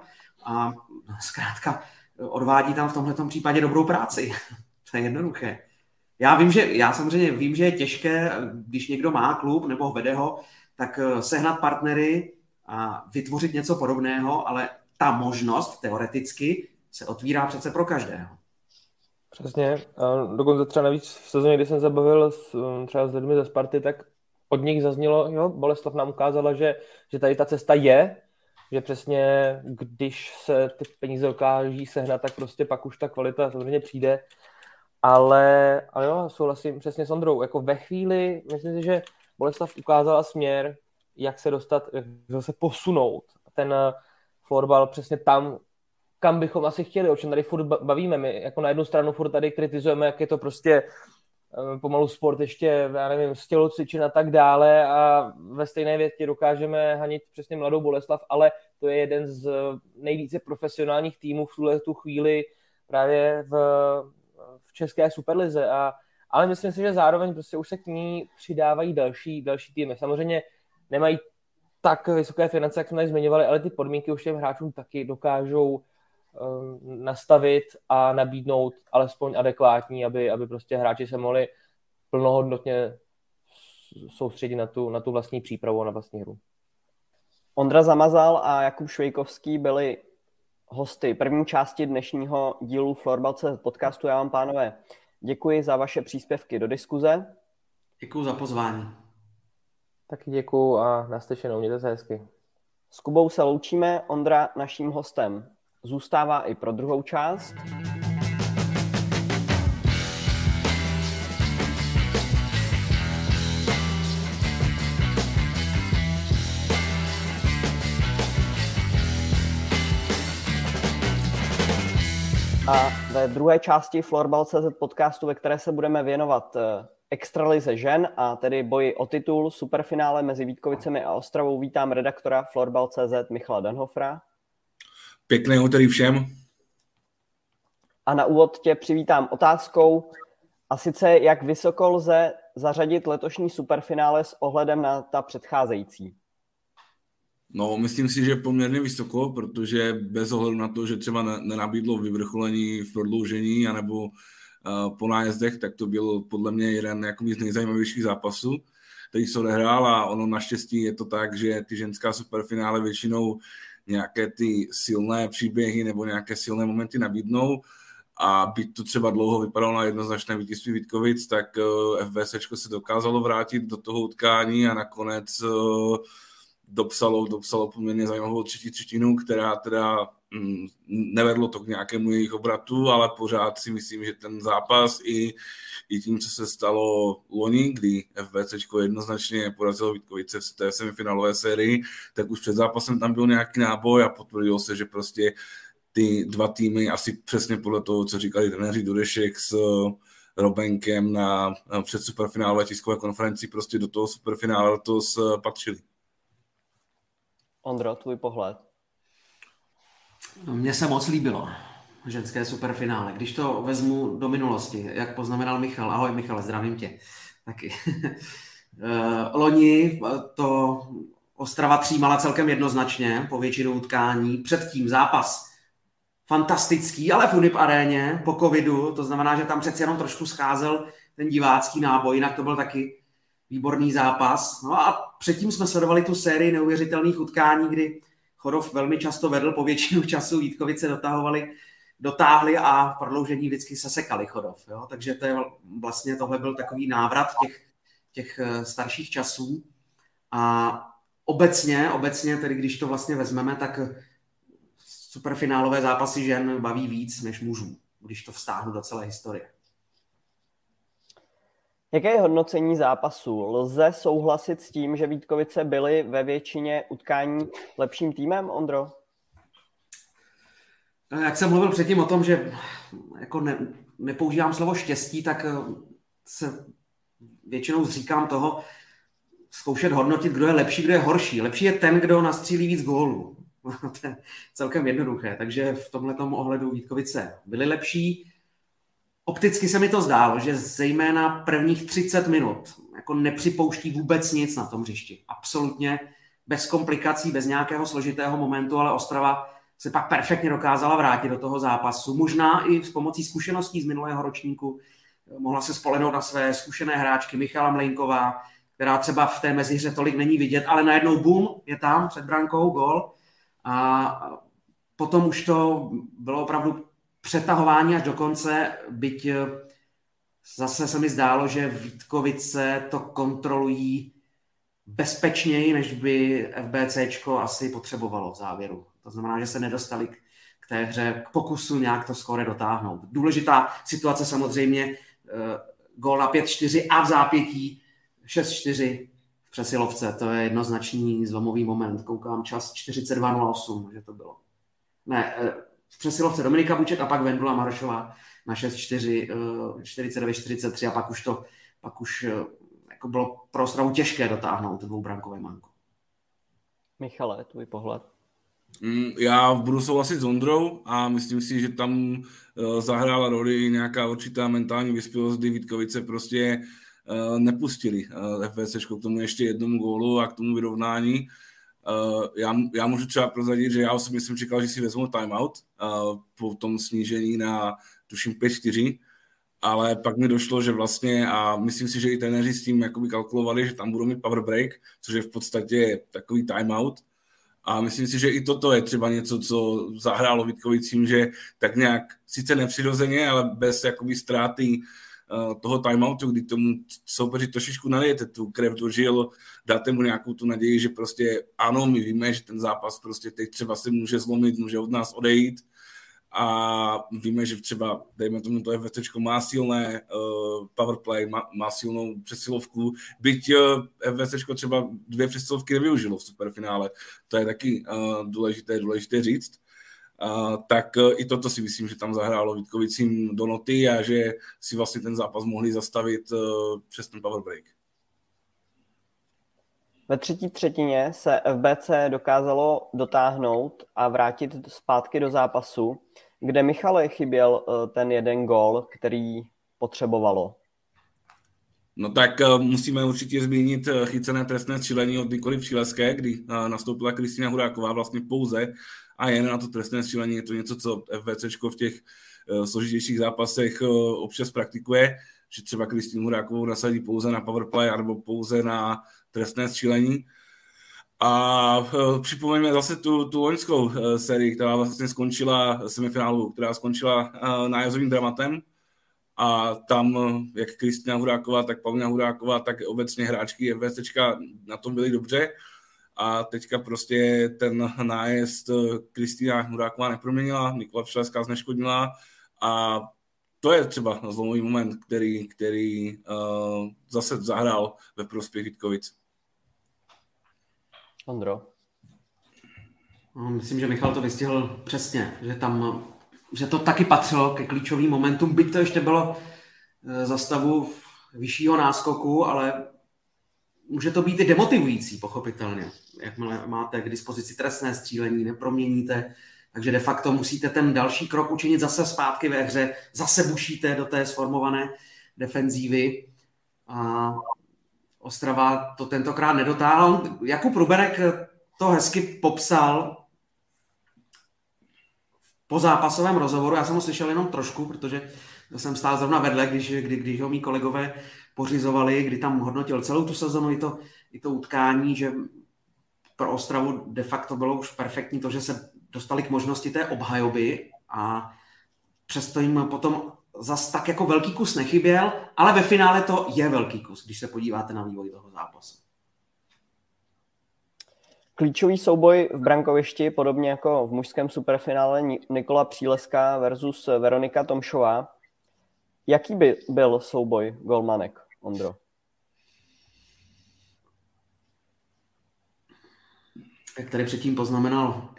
Speaker 2: a zkrátka odvádí tam v tomhletom případě dobrou práci. To je jednoduché. Já samozřejmě vím, že je těžké, když někdo má klub nebo vede ho, tak sehnat partnery a vytvořit něco podobného, ale ta možnost teoreticky se otvírá přece pro každého.
Speaker 3: Přesně. A dokonce třeba navíc v sezóně, kdy jsem zabavil třeba s lidmi ze Sparty, tak od nich zaznělo, jo, Boleslav nám ukázala, že tady ta cesta je, že přesně když se ty peníze dokáží sehnat, tak prostě pak už ta kvalita samozřejmě přijde. Ale jo, souhlasím přesně s Ondrou. Jako ve chvíli, myslím si, že Boleslav ukázala směr, jak se dostat, jak se posunout. Ten florbal přesně tam, kam bychom asi chtěli, o čem tady furt bavíme. My jako na jednu stranu furt tady kritizujeme, jak je to prostě pomalu sport ještě, já nevím, z tělocvičin a tak dále a ve stejné větě dokážeme hanit přesně Mladou Boleslav, ale to je jeden z nejvíce profesionálních týmů v tu chvíli právě v české superlize. Ale myslím si, že zároveň prostě už se k ní přidávají další týmy. Samozřejmě nemají tak vysoké finance, jak jsme tady zmiňovali, ale ty podmínky už těm hráčům taky dokážou nastavit a nabídnout alespoň adekvátní, aby prostě hráči se mohli plnohodnotně soustředit na tu vlastní přípravu a na vlastní hru.
Speaker 1: Ondra Zamazal a Jakub Švejkovský byli hosty první části dnešního dílu Florbal.cz podcastu. Já vám, pánové, děkuji za vaše příspěvky do diskuze.
Speaker 2: Děkuji za pozvání.
Speaker 3: Taky děkuji a naslyšenou, mějte se hezky.
Speaker 1: S Kubou se loučíme, Ondra naším hostem zůstává i pro druhou část. A ve druhé části Florbal.cz podcastu, ve které se budeme věnovat extralize žen a tedy boji o titul superfinále mezi Vítkovicemi a Ostravou, vítám redaktora Florbal.cz Michala Danhofra.
Speaker 4: Pěkné úterý všem.
Speaker 1: A na úvod tě přivítám otázkou, a sice jak vysoko lze zařadit letošní superfinále s ohledem na ta předcházející?
Speaker 4: No, myslím si, že poměrně vysoko, protože bez ohledu na to, že třeba nenabídlo vyvrcholení v prodloužení anebo po nájezdech, tak to byl podle mě jeden z nejzajímavějších zápasů, který se odehrál a ono naštěstí je to tak, že ty ženská superfinále většinou nějaké ty silné příběhy nebo nějaké silné momenty nabídnou a byť to třeba dlouho vypadalo na jednoznačné vítězství Vítkovic, tak FBSčko se dokázalo vrátit do toho utkání a nakonec dopsalo poměrně zajímavou třetí třetinu, která teda nevedlo to k nějakému jejich obratu, ale pořád si myslím, že ten zápas i tím, co se stalo loni, kdy FBCčko jednoznačně porazilo Vítkovice v té semifinálové sérii, tak už před zápasem tam byl nějaký náboj a potvrdilo se, že prostě ty dva týmy asi přesně podle toho, co říkali trenéři Dudešek s Robenkem na před superfinálové tiskové konferenci, prostě do toho superfinále letos patřili.
Speaker 1: Ondro, tvůj pohled?
Speaker 2: Mně se moc líbilo ženské superfinále. Když to vezmu do minulosti, jak poznamenal Michal. Ahoj Michale, zdravím tě. Taky. Loni to Ostrava třímala celkem jednoznačně po většinu utkání. Předtím zápas fantastický, ale v Unip aréně po covidu. To znamená, že tam přeci jenom trošku scházel ten divácký náboj, jinak to byl taky výborný zápas. No a předtím jsme sledovali tu sérii neuvěřitelných utkání, kdy Chodov velmi často vedl, po většinu času Vítkovice dotáhli a v prodloužení vždycky sesekali Chodov. Jo? Takže to je vlastně, tohle byl takový návrat těch starších časů. A obecně, tedy když to vlastně vezmeme, tak superfinálové zápasy žen baví víc než mužů, když to vztáhnu do celé historie.
Speaker 1: Jaké je hodnocení zápasu? Lze souhlasit s tím, že Vítkovice byly ve většině utkání lepším týmem, Ondro?
Speaker 2: Jak jsem mluvil předtím o tom, že jako nepoužívám slovo štěstí, tak se většinou zříkám toho zkoušet hodnotit, kdo je lepší, kdo je horší. Lepší je ten, kdo nastřílí víc gólů. To je celkem jednoduché. Takže v tomhletom ohledu Vítkovice byly lepší. Opticky se mi to zdálo, že zejména prvních 30 minut jako nepřipouští vůbec nic na tom hřišti. Absolutně bez komplikací, bez nějakého složitého momentu, ale Ostrava se pak perfektně dokázala vrátit do toho zápasu. Možná i s pomocí zkušeností z minulého ročníku mohla se spolehnout na své zkušené hráčky Michala Mlejnková, která třeba v té mezihře tolik není vidět, ale najednou bum, je tam před brankou, gól. A potom už to bylo opravdu přetahování až do konce, byť zase se mi zdálo, že Vítkovice to kontrolují bezpečněji, než by FBCčko asi potřebovalo v závěru. To znamená, že se nedostali k té hře, k pokusu nějak to skóre dotáhnout. Důležitá situace samozřejmě, gól na 5-4 a v zápětí 6-4 v přesilovce. To je jednoznačný zlomový moment. Koukám čas 42:08, že to bylo. Ne, v přesilovce Dominika Buček a pak Vendula Marošová na 6-4, 49-43 a pak už jako bylo pro Ostravu těžké dotáhnout dvoubrankové manko.
Speaker 1: Michale, tvůj pohled?
Speaker 4: Já budu souhlasit s Ondrou a myslím si, že tam zahrála roli nějaká určitá mentální vyspělost, kdy Vítkovice prostě nepustili FVCčko k tomu ještě jednomu gólu a k tomu vyrovnání. Já můžu třeba prozradit, že já osobně jsem čekal, že si vezmou timeout po tom snížení na tuším 5-4, ale pak mi došlo, že vlastně, a myslím si, že i trenéři s tím jakoby kalkulovali, že tam budou mít power break, což je v podstatě takový timeout. A myslím si, že i toto je třeba něco, co zahrálo Vítkovicím, že tak nějak sice nepřirozeně, ale bez jakoby ztráty toho timeoutu, kdy tomu soupeři trošičku nalijete tu krev do žil, dáte mu nějakou tu naději, že prostě ano, my víme, že ten zápas prostě teď třeba se může zlomit, může od nás odejít a víme, že třeba, dejme tomu, to FVCčko má silné powerplay, má silnou přesilovku, byť FVCčko třeba 2 přesilovky nevyužilo v superfinále, to je taky důležité říct. Tak i toto si myslím, že tam zahrálo Vítkovicím do noty a že si vlastně ten zápas mohli zastavit přes ten power break.
Speaker 1: Ve třetí třetině se FBC dokázalo dotáhnout a vrátit zpátky do zápasu, kde Michale chyběl ten jeden gól, který potřebovalo.
Speaker 4: No tak musíme určitě zmínit chycené trestné střílení od Nikoly Přileské, kdy nastoupila Kristýna Huráková vlastně pouze a jen na to trestné střílení. Je to něco, co FVCčko v těch složitějších zápasech občas praktikuje, že třeba Kristýnu Hurákovou nasadí pouze na powerplay nebo pouze na trestné střílení. A připomeňme zase tu loňskou sérii, která vlastně skončila semifinálu, která skončila nájazdovým dramatem. A tam jak Kristýna Huráková, tak Pavlína Huráková, tak obecně hráčky FVCčka na tom byly dobře. A teďka prostě ten nájezd Kristýna Huráková neproměnila, Nikola Přileska zneškodnila a to je třeba zlomový moment, který zase zahrál ve prospěch Vítkovic.
Speaker 1: Ondro?
Speaker 2: Myslím, že Michal to vystihl přesně, že to taky patřilo ke klíčovým momentům, byť to ještě bylo za stavu vyššího náskoku, ale může to být i demotivující, pochopitelně. Jakmile máte k dispozici trestné střílení, neproměníte, takže de facto musíte ten další krok učinit zase zpátky ve hře, zase bušíte do té sformované defenzívy a Ostrava to tentokrát nedotáhla. Jakub Rubenek to hezky popsal po zápasovém rozhovoru. Já jsem ho slyšel jenom trošku, protože jsem stál zrovna vedle, když ho mý kolegové pořizovali, kdy tam hodnotil celou tu sezonu i to utkání, že pro Ostravu de facto bylo už perfektní to, že se dostali k možnosti té obhajoby a přesto jim potom zas tak jako velký kus nechyběl, ale ve finále to je velký kus, když se podíváte na vývoj toho zápasu.
Speaker 1: Klíčový souboj v brankovišti, podobně jako v mužském superfinále Nikola Příleska versus Veronika Tomšová. Jaký by byl souboj golmanek, Ondro?
Speaker 2: Jak tady předtím poznamenal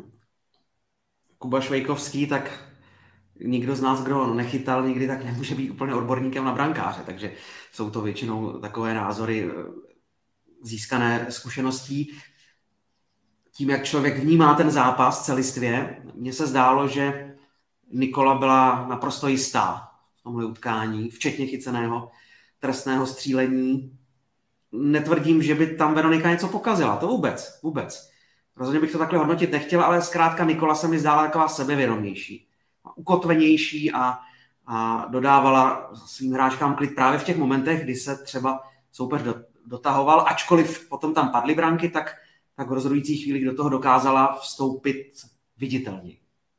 Speaker 2: Kuba Švejkovský, tak nikdo z nás, kdo nechytal nikdy, tak nemůže být úplně odborníkem na brankáře, takže jsou to většinou takové názory získané zkušeností. Tím, jak člověk vnímá ten zápas celistvě, mně se zdálo, že Nikola byla naprosto jistá v tomhle utkání, včetně chyceného trestného střílení. Netvrdím, že by tam Veronika něco pokazila, to vůbec. rozhodně bych to takhle hodnotit nechtěl, ale zkrátka Nikola se mi zdála taková sebevědomější, ukotvenější a dodávala svým hráčkám klid právě v těch momentech, kdy se třeba soupeř dotahoval, ačkoliv potom tam padly branky, tak v rozhodujících chvílích do toho dokázala vstoupit viditelně.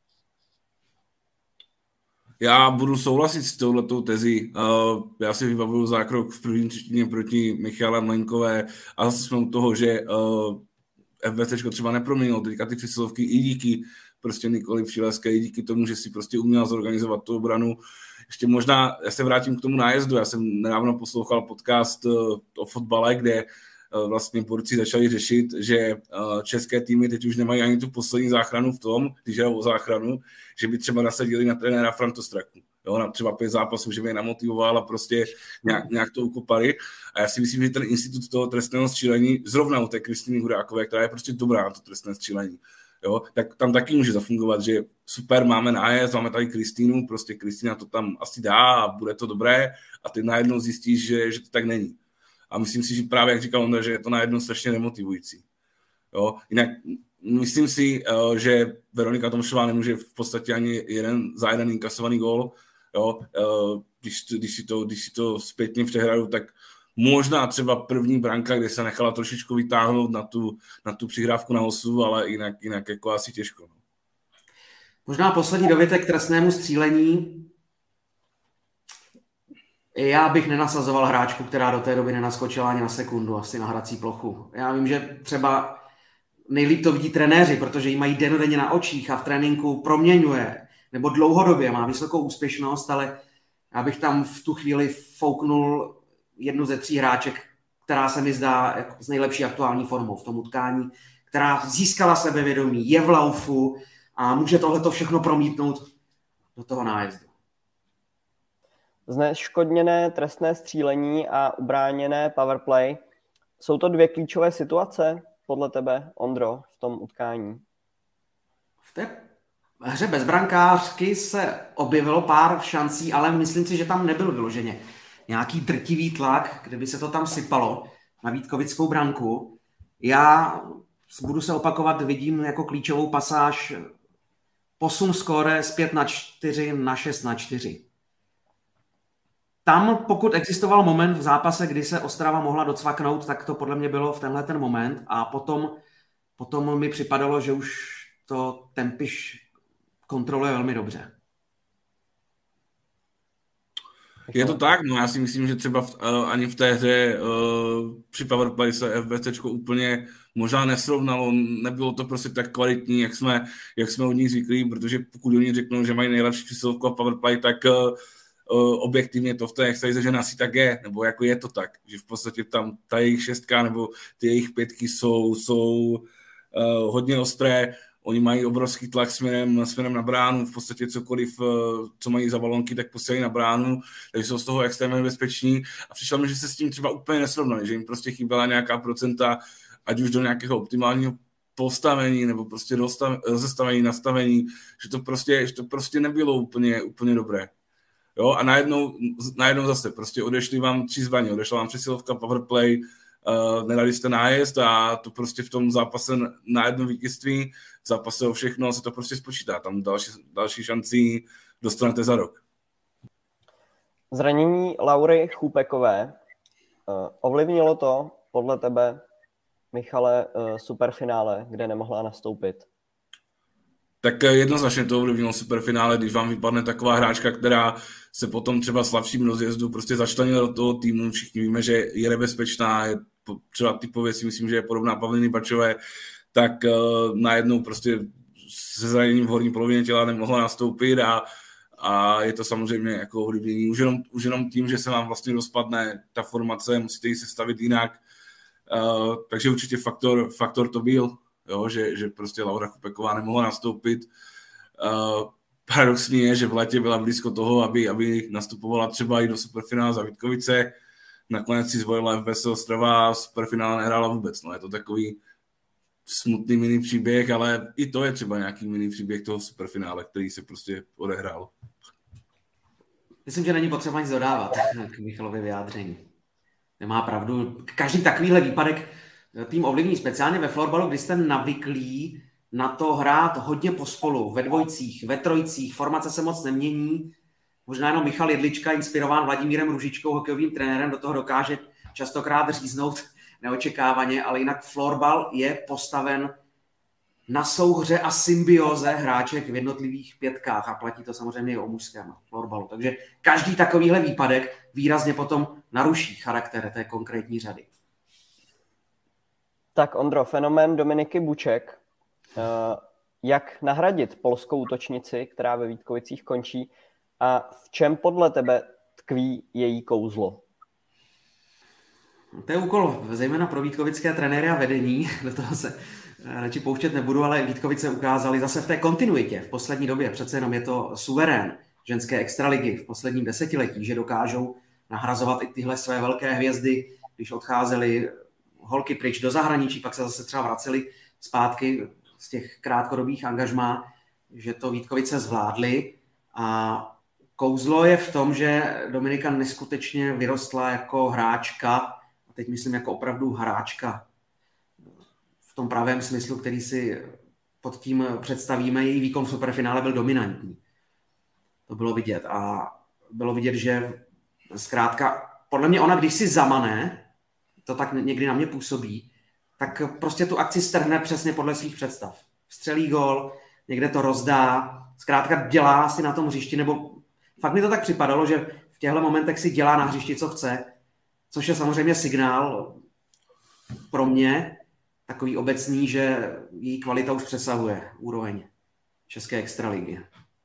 Speaker 4: Já budu souhlasit s touhletou tezí. Já si vybavuju zákrok v první třetině proti Michále Mleňkové a zase jsme u toho, že FBCčko třeba neproměnilo teďka ty přesilovky i díky prostě Nikoli Přileské, i díky tomu, že si prostě uměla zorganizovat tu obranu. Ještě možná, já se vrátím k tomu nájezdu. Já jsem nedávno poslouchal podcast o fotbale, kde vlastně borci začali řešit, že české týmy teď už nemají ani tu poslední záchranu v tom, když jdou o záchranu, že by třeba nasadili na trenéra Frantostraku. Jo, na třeba 5 zápasů, že by je namotivoval a prostě nějak to ukopali. A já si myslím, že ten institut toho trestného střílení, zrovna u té Kristýny Hudákové, která je prostě dobrá na to trestné střílení, jo, tak tam taky může zafungovat, že super, máme nájezd, máme tady Kristýnu, prostě Kristýna to tam asi dá a bude to dobré a ty najednou zjistíš, že to tak není. A myslím si, že právě, jak říkal Ondra, že je to najednou strašně demotivující. Jo? Jinak myslím si, že Veronika Tomšová nemůže v podstatě ani za jeden inkasovaný gól. Jo? Když si to zpětně přehraju, tak možná třeba první branka, kde se nechala trošičku vytáhnout na tu přihrávku na osu, ale jinak jako asi těžko. No.
Speaker 2: Možná poslední dovětek k trestnému střílení. Já bych nenasazoval hráčku, která do té doby nenaskočila ani na sekundu, asi na hrací plochu. Já vím, že třeba nejlíp to vidí trenéři, protože ji mají dennodenně na očích a v tréninku proměňuje, nebo dlouhodobě má vysokou úspěšnost, ale já bych tam v tu chvíli fouknul jednu ze 3 hráček, která se mi zdá jako s nejlepší aktuální formou v tom utkání, která získala sebevědomí, je v laufu a může tohleto všechno promítnout do toho nájezdu.
Speaker 1: Zneškodněné trestné střílení a ubráněné powerplay. Jsou to 2 klíčové situace podle tebe, Ondro, v tom utkání?
Speaker 2: V té hře bez brankářky se objevilo pár šancí, ale myslím si, že tam nebyl vyloženě nějaký drtivý tlak, kde by se to tam sypalo na Vítkovickou branku. Já budu se opakovat, vidím jako klíčovou pasáž posun skóre z 5-4 na 6-4. Tam, pokud existoval moment v zápase, kdy se Ostrava mohla docvaknout, tak to podle mě bylo v tenhle ten moment a potom mi připadalo, že už to Tempiš kontroluje velmi dobře.
Speaker 4: Je to tak, no já si myslím, že třeba ani v té hře při powerplay se FBCčko úplně možná nesrovnalo, nebylo to prostě tak kvalitní, jak jsme od nich zvyklí, protože pokud oni řeknou, že mají nejlepší přesilovku a powerplay, tak objektivně to v té extralize asi tak je, nebo jako je to tak, že v podstatě tam ta jejich 6 nebo ty jejich 5 jsou hodně ostré, oni mají obrovský tlak směrem na bránu, v podstatě cokoliv, co mají za balonky, tak posílají na bránu, takže jsou z toho extrémně bezpeční a přišlo mi, že se s tím třeba úplně nesrovnali, že jim prostě chyběla nějaká procenta, ať už do nějakého optimálního postavení nebo prostě rozestavení, nastavení, že to prostě nebylo úplně dobré. Jo, a najednou zase prostě odešli vám 3 zbraně, odešla vám přesilovka, powerplay, nedali jste nájezd a to prostě v tom zápase na jedno vítězství, v zápase o všechno se to prostě spočítá. Tam další šanci dostanete za rok.
Speaker 1: Zranění Laury Chůpekové. Ovlivnilo to podle tebe, Michale, superfinále, kde nemohla nastoupit?
Speaker 4: Tak jednoznačně to ovlivnilo superfinále, když vám vypadne taková hráčka, která se potom třeba slabším rozjezdu prostě začlenila do toho týmu. Všichni víme, že je nebezpečná, je třeba typově si myslím, že je podobná Pavliny Bačové, tak najednou prostě se zraněním v horní polovině těla nemohla nastoupit a je to samozřejmě jako ovlivnění. Už jenom tím, že se vám vlastně rozpadne ta formace, musíte ji sestavit jinak. Takže určitě faktor to byl. Jo, že prostě Laura Chupeková nemohla nastoupit. Paradoxní je, že v létě byla blízko toho, aby nastupovala třeba i do superfinále za Vítkovice. Nakonec si zvolila FBS Ostrava a superfinále nehrála vůbec. No, je to takový smutný mini příběh, ale i to je třeba nějaký mini příběh toho superfinále, který se prostě odehrál.
Speaker 2: Myslím, že není potřeba nic dodávat k Michalovi vyjádření. Nemá pravdu. Každý takovýhle výpadek tým ovlivní, speciálně ve florbalu, kdy jste navyklí na to hrát hodně pospolu, ve dvojcích, ve trojcích, formace se moc nemění. Možná jenom Michal Jedlička, inspirován Vladimírem Růžičkou, hokejovým trenérem, do toho dokáže častokrát říznout neočekávaně, ale jinak florbal je postaven na souhře a symbioze hráček v jednotlivých pětkách a platí to samozřejmě i o mužském florbalu. Takže každý takovýhle výpadek výrazně potom naruší charakter té konkrétní řady.
Speaker 1: Tak Ondro, fenomén Dominiky Buček. Jak nahradit polskou útočnici, která ve Vítkovicích končí, a v čem podle tebe tkví její kouzlo?
Speaker 2: To je úkol zejména pro vítkovické trenéry a vedení, do toho se radši pouštět nebudu, ale Vítkovice ukázali zase v té kontinuitě v poslední době, přece jenom je to suverén ženské extraligy v posledním desetiletí, že dokážou nahrazovat i tyhle své velké hvězdy, když odcházely holky pryč do zahraničí, pak se zase třeba vraceli zpátky z těch krátkodobých angažmá, že to Vítkovice zvládly. A kouzlo je v tom, že Dominika neskutečně vyrostla jako hráčka, a teď myslím jako opravdu hráčka v tom pravém smyslu, který si pod tím představíme. Její výkon v superfinále byl dominantní. To bylo vidět. A bylo vidět, že zkrátka, podle mě ona, když si zamane, to tak někdy na mě působí, tak prostě tu akci strhne přesně podle svých představ. Vstřelí gól, někde to rozdá, zkrátka dělá si na tom hřišti, nebo fakt mi to tak připadalo, že v těchto momentech si dělá na hřišti, co chce, což je samozřejmě signál pro mě takový obecný, že její kvalita už přesahuje úroveň české extraligy.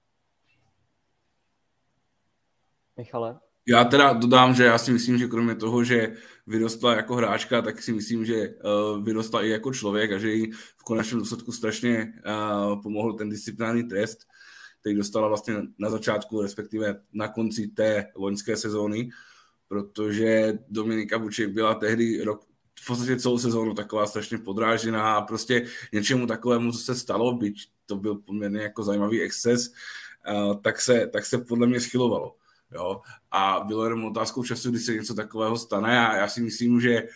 Speaker 1: Michale?
Speaker 4: Já teda dodám, že já si myslím, že kromě toho, že vyrostla jako hráčka, tak si myslím, že vyrostla i jako člověk a že jí v konečném důsledku strašně pomohl ten disciplinární trest, který dostala vlastně na začátku, respektive na konci té loňské sezóny, protože Dominika Buček byla tehdy v podstatě celou sezónu taková strašně podrážená a prostě něčemu takovému, co se stalo, byť to byl poměrně jako zajímavý exces, tak se podle mě schylovalo. Jo? A bylo jenom otázkou času, kdy se něco takového stane a já si myslím, že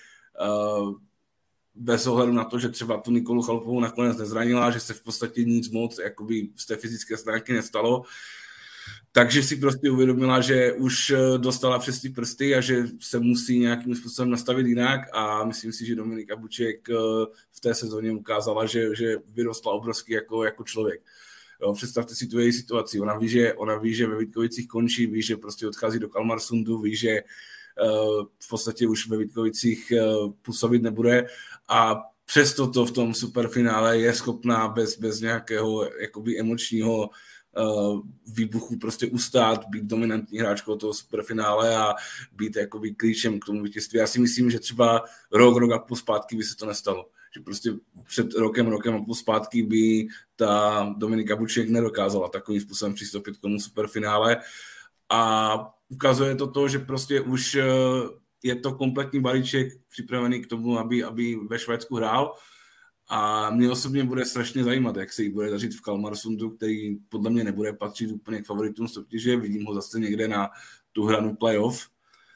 Speaker 4: bez ohledu na to, že třeba tu Nikolu Chalupovou nakonec nezranila, že se v podstatě nic moc jakoby z té fyzické stránky nestalo, takže si prostě uvědomila, že už dostala přes ty prsty a že se musí nějakým způsobem nastavit jinak a myslím si, že Dominika Buček v té sezóně ukázala, že vyrostla obrovský jako člověk. Jo, představte si tu její situaci. Ona ví, že ve Vítkovicích končí, ví, že prostě odchází do Kalmarsundu, ví, že v podstatě už ve Vítkovicích působit nebude a přesto to v tom superfinále je schopná bez nějakého jakoby emočního výbuchu prostě ustát, být dominantní hráčkou toho superfinále a být jakoby klíčem k tomu vítězství. Já si myslím, že třeba rok a půl zpátky by se to nestalo. Že prostě před rokem a půl zpátky by ta Dominika Buček nedokázala takovým způsobem přistoupit k tomu superfinále a ukazuje to, že prostě už je to kompletní balíček připravený k tomu, aby ve Švédsku hrál a mě osobně bude strašně zajímat, jak se jí bude dařit v Kalmarsundu, který podle mě nebude patřit úplně k favoritům soutěže, vidím ho zase někde na tu hranu playoff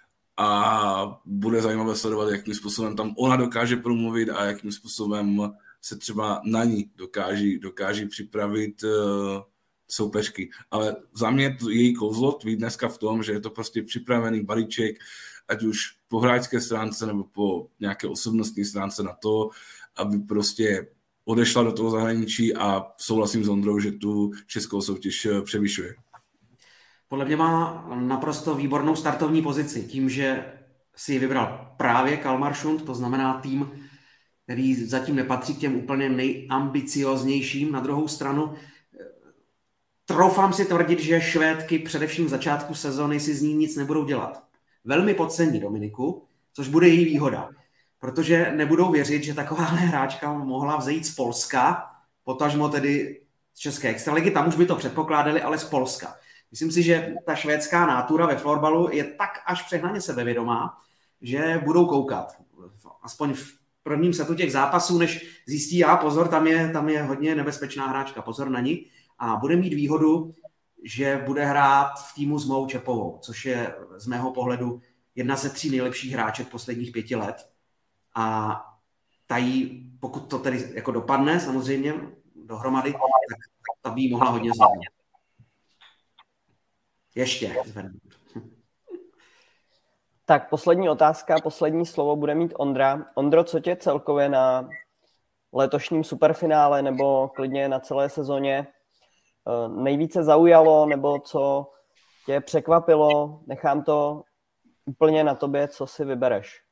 Speaker 4: a bude zajímavé sledovat, jakým způsobem tam ona dokáže promluvit a jakým způsobem se třeba na ní dokáží připravit soupeřky. Ale za mě její kouzlo tví dneska v tom, že je to prostě připravený balíček, ať už po hráčské stránce nebo po nějaké osobnostní stránce na to, aby prostě odešla do toho zahraničí a souhlasím s Ondrou, že tu českou soutěž převyšuje.
Speaker 2: Podle mě má naprosto výbornou startovní pozici tím, že si vybral právě Kalmarsund, to znamená tým, který zatím nepatří k těm úplně nejambicioznějším. Na druhou stranu troufám si tvrdit, že Švédky především v začátku sezony si z ní nic nebudou dělat. Velmi podcení Dominiku, což bude její výhoda, protože nebudou věřit, že takováhle hráčka mohla vzejít z Polska, potažmo tedy z české extraligy, tam už by to předpokládali, ale z Polska. Myslím si, že ta švédská nátura ve florbalu je tak až přehnaně sebevědomá, že budou koukat. Aspoň v prvním setu těch zápasů, než zjistí, pozor, tam je hodně nebezpečná hráčka, pozor na ní. A bude mít výhodu, že bude hrát v týmu s Mou Čepovou, což je z mého pohledu jedna ze 3 nejlepších hráček posledních 5 let. A tají, pokud to tedy jako dopadne samozřejmě dohromady, tak ta by mohla hodně zvednout. Ještě zvednout.
Speaker 1: Tak poslední otázka, poslední slovo bude mít Ondra. Ondro, co tě celkově na letošním superfinále nebo klidně na celé sezóně nejvíce zaujalo, nebo co tě překvapilo? Nechám to úplně na tobě, co si vybereš.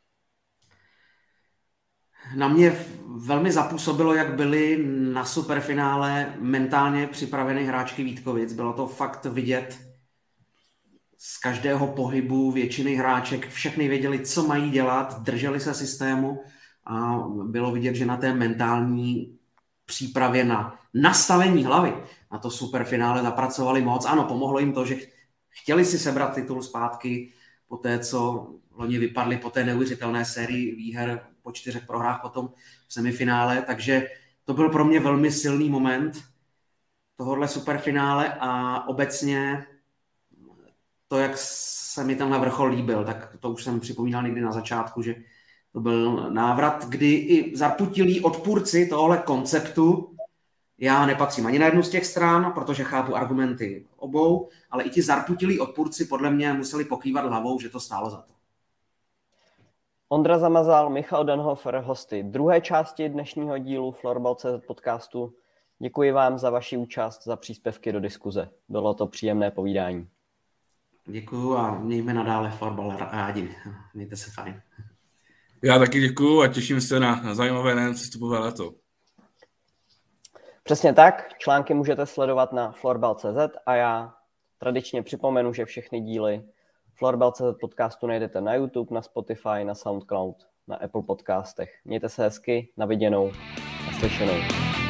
Speaker 2: Na mě velmi zapůsobilo, jak byli na superfinále mentálně připraveny hráčky Vítkovic. Bylo to fakt vidět z každého pohybu většiny hráček. Všechny věděli, co mají dělat, drželi se systému a bylo vidět, že na té mentální přípravě na nastavení hlavy na to superfinále zapracovali moc. Ano, pomohlo jim to, že chtěli si sebrat titul zpátky po té, co loni vypadli po té neuvěřitelné sérii výher po 4 prohrách potom v semifinále, takže to byl pro mě velmi silný moment tohohle superfinále a obecně to, jak se mi tenhle vrchol líbil, tak to už jsem připomínal někdy na začátku, že to byl návrat, kdy i zarputilí odpůrci tohohle konceptu, já nepatřím ani na jednu z těch stran, protože chápu argumenty obou, ale i ti zarputilí odpůrci podle mě museli pokývat hlavou, že to stálo za to.
Speaker 1: Ondra Zamazal, Michal Denhofer, hosty druhé části dnešního dílu Florbal.cz podcastu. Děkuji vám za vaši účast, za příspěvky do diskuze. Bylo to příjemné povídání.
Speaker 2: Děkuju a mějme nadále florbal rádi. Mějte se fajn.
Speaker 4: Já taky děkuju a těším se na zajímavé nejen přestupové léto.
Speaker 1: Přesně tak, články můžete sledovat na Florbal.cz a já tradičně připomenu, že všechny díly Florbal.cz podcastu najdete na YouTube, na Spotify, na SoundCloud, na Apple podcastech. Mějte se hezky, na viděnou, naslyšenou.